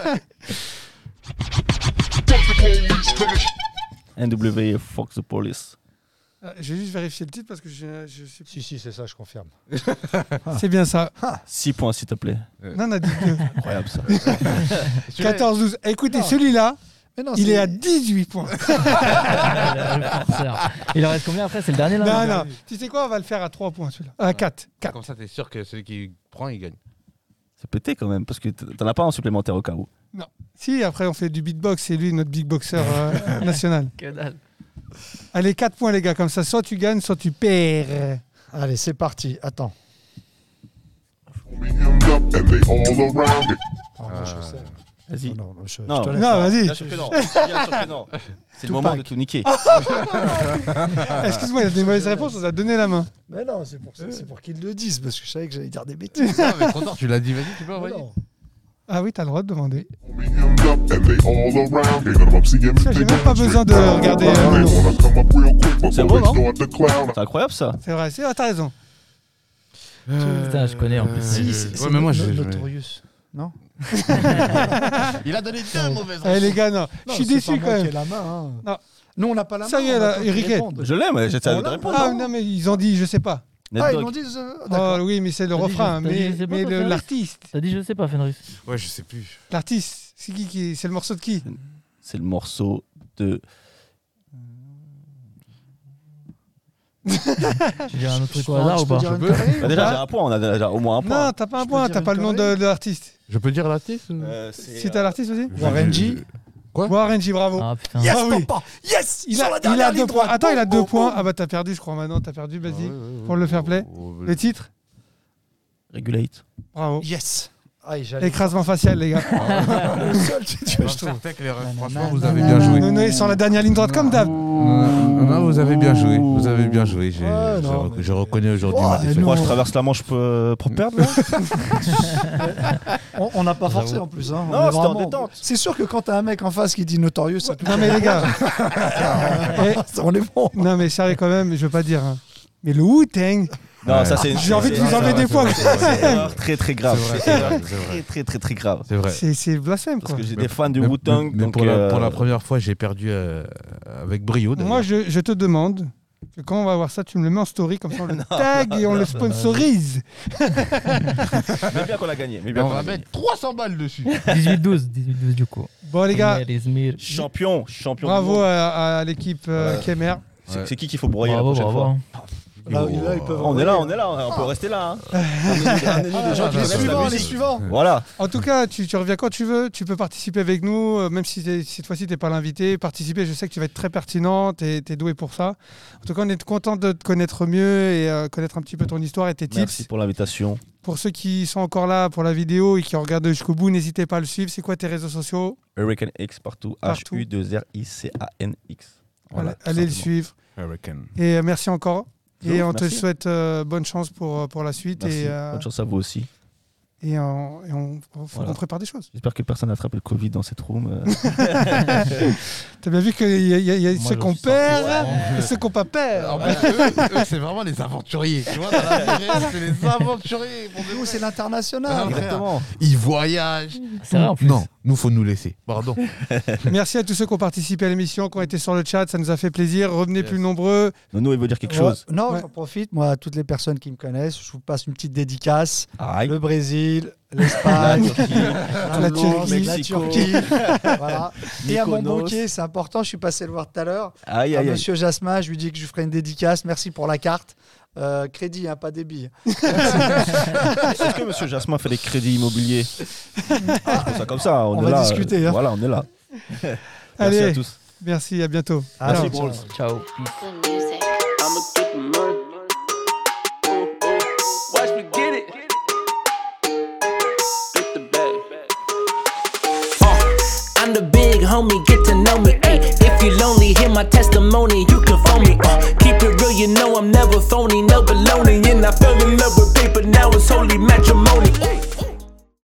NWA Fox the Police. Je vais juste vérifier le titre parce que je sais plus. Si, c'est ça, je confirme. C'est bien ça. 6 points, s'il te plaît. Non, on a dit 2. Incroyable ça. 14-12. Écoutez, Non. celui-là, Mais non, il c'est- est à 18 points. Le forceur. Il en reste combien après? C'est le dernier là? Non. Tu sais quoi, on va le faire à 3 points celui-là. À 4. Comme ça, t'es sûr que celui qui prend, il gagne. C'est pété quand même, parce que t'en as pas un supplémentaire au cas où. Si, après, on fait du beatbox. C'est lui, notre beatboxer national. Que dalle. Allez, 4 points, les gars. Comme ça, soit tu gagnes, soit tu perds. Allez, c'est parti. Attends. Moi, je sais. Vas-y. Non, je Non. te laisse. Non, vas-y. Bien sûr que non. Bien sûr que non. C'est le Tout moment pack. de tout niquer. Excuse-moi, il y a des mauvaises réponses. On t'a donné la main. Mais non, c'est pour qu'ils le disent, parce que je savais que j'allais dire des bêtises. Non, mais trop tard, tu l'as dit, vas-y, tu peux Mais envoyer. non. Ah oui, t'as le droit de demander. J'ai J'ai même pas besoin de regarder. C'est bon, non C'est incroyable ça. C'est vrai, t'as raison. Putain, je connais en plus. Ouais, mais moi, je. Notorious. Non. Il a donné 2 mauvaises Eh les gars, non. Je suis déçu quand même. La main, hein. Non. Nous, on n'a pas la main. Ça y est, on là, attend qu'ils Eric. répondent. Je l'aime, j'étais à On l'a répondre. Ah non, mais ils ont dit, je sais pas. Ah, ils Netdog. l'ont dit. Oh D'accord. oui, mais c'est le T'as dit, refrain. t'as dit, je Mais, sais pas, mais toi, Fenris l'artiste. T'as dit je sais pas, Fenris. Ouais, je sais plus. L'artiste, c'est qui c'est le morceau de qui? C'est le morceau de. Tu dis un autre truc au hasard ou pas? Dire une peux connerie Bah, ou déjà, pas j'ai un point, on a déjà au moins un point. Non, t'as pas un Je point, peux t'as dire pas une le nom connerie de l'artiste. Je peux dire l'artiste ou... Si t'as l'artiste aussi? Warren G. Quoi? Warren G, bravo. Ah putain. Yes, Ah oui. papa. Yes. Il Sur la a dernière 2 ligne points. droite. Attends, il a 2 Boum, points. boum, Ah bah t'as perdu, je crois maintenant. T'as perdu, vas-y. Ah ouais, ouais, Pour le fair play. ouais. Le titre? Regulate. Bravo. Yes. Ah, j'allais- Écrasement facial, les gars. Le seul titre que je trouve. Franchement, vous avez bien joué. Nono est sur la dernière ligne droite comme d'hab. Non, vous avez bien joué. Vous avez bien joué. Ouais, non, mais- Je reconnais aujourd'hui Oh, ma mais défaite. nous, Moi, je traverse la Manche pour perdre, là. On n'a pas forcé en plus. Hein. Non, On est c'était en vraiment- détente. C'est sûr que quand t'as un mec en face qui dit Notorious, ça te Non mais les gars. Eh, on est bon. non mais sérieux quand même, je veux pas dire. Hein. Mais le Wu-Tang, Non, Ouais. ça c'est. j'ai envie de c'est- vous enlever des points. C'est une erreur très très grave. C'est vrai, C'est une erreur c'est vrai. très grave. C'est vrai. C'est blasphème Parce quoi. que j'ai Mais- des fans de Mais- Wu-Tang. mais donc, pour la première fois, j'ai perdu avec brio. Moi je te demande que quand on va voir ça, tu me le mets en story, comme ça on le tag et on le sponsorise. Mais bien qu'on a gagné. Mais bien on qu'on va a gagné. mettre 300 balles dessus. 18-12 du coup. Bon les gars, Izmir. Champion du bravo monde. à l'équipe Kemer. C'est qui qu'il faut broyer la Bravo, prochaine bravo. fois? Là, ils peuvent On est là, on peut rester là. hein. Amenez-nous des gens qui Les connaissent la suivants, les musique. suivants. Voilà. En tout cas, tu reviens quand tu veux, tu peux participer avec nous, même si cette fois-ci tu n'es pas l'invité. Participer, je sais que tu vas être très pertinent, tu es doué pour ça. En tout cas, on est content de te connaître mieux et connaître un petit peu ton histoire et tes tips. Merci pour l'invitation. Pour ceux qui sont encore là pour la vidéo et qui ont regardé jusqu'au bout, n'hésitez pas à le suivre. C'est quoi tes réseaux sociaux? Hurricane X partout. Partout. H-U-2-R-I-C-A-N-X. Voilà, Allez le tout simplement. suivre. Hurricane. Et merci encore. Et on te Merci. souhaite bonne chance pour la suite. Merci. Et, Bonne chance à vous aussi. on Voilà. prépare des choses. J'espère que personne n'attrape le Covid dans cette room. T'as bien vu qu'il y a Moi, ceux j'en qu'on suis perd sorti. et ceux qu'on pas perd. En plus, eux, c'est vraiment les aventuriers. Tu vois, dans la vie réelle, c'est les aventuriers. pour de Nous, vrai. c'est l'international. Ah, Exactement. Ils voyagent. C'est vrai en plus. Non, nous, faut nous laisser. Pardon. Merci à tous ceux qui ont participé à l'émission, qui ont été sur le chat. Ça nous a fait plaisir. Revenez Yes. plus nombreux. Nono, il veut dire quelque chose. Non, Ouais. j'en profite. Moi, à toutes les personnes qui me connaissent, je vous passe une petite dédicace. Aïe. Le Brésil, l'Espagne, La France, Turquie. la Mexico. Turquie. Voilà. Et à mon Mykonos. banquier, c'est important, je suis passé le voir tout à l'heure. Aïe, À aïe, aïe. Monsieur Jasmin, je lui dis que je lui ferai une dédicace. Merci pour la carte. Crédit, hein, pas débit. Est-ce que Monsieur Jasmin fait des crédits immobiliers? Ça comme ça, on On est va là. discuter, hein. Voilà, on est là. Merci Allez, à tous. merci, à bientôt. Merci, Ciao. Bros. Ciao. Peace. I'ma get the money. Watch me get it. Get the bag. I'm the big homie, get to know me. Ay, if you lonely, hear my testimony, you can phone me. Keep it real, you know I'm never phony, never lonely. And I fell in love with paper, now it's holy matrimony.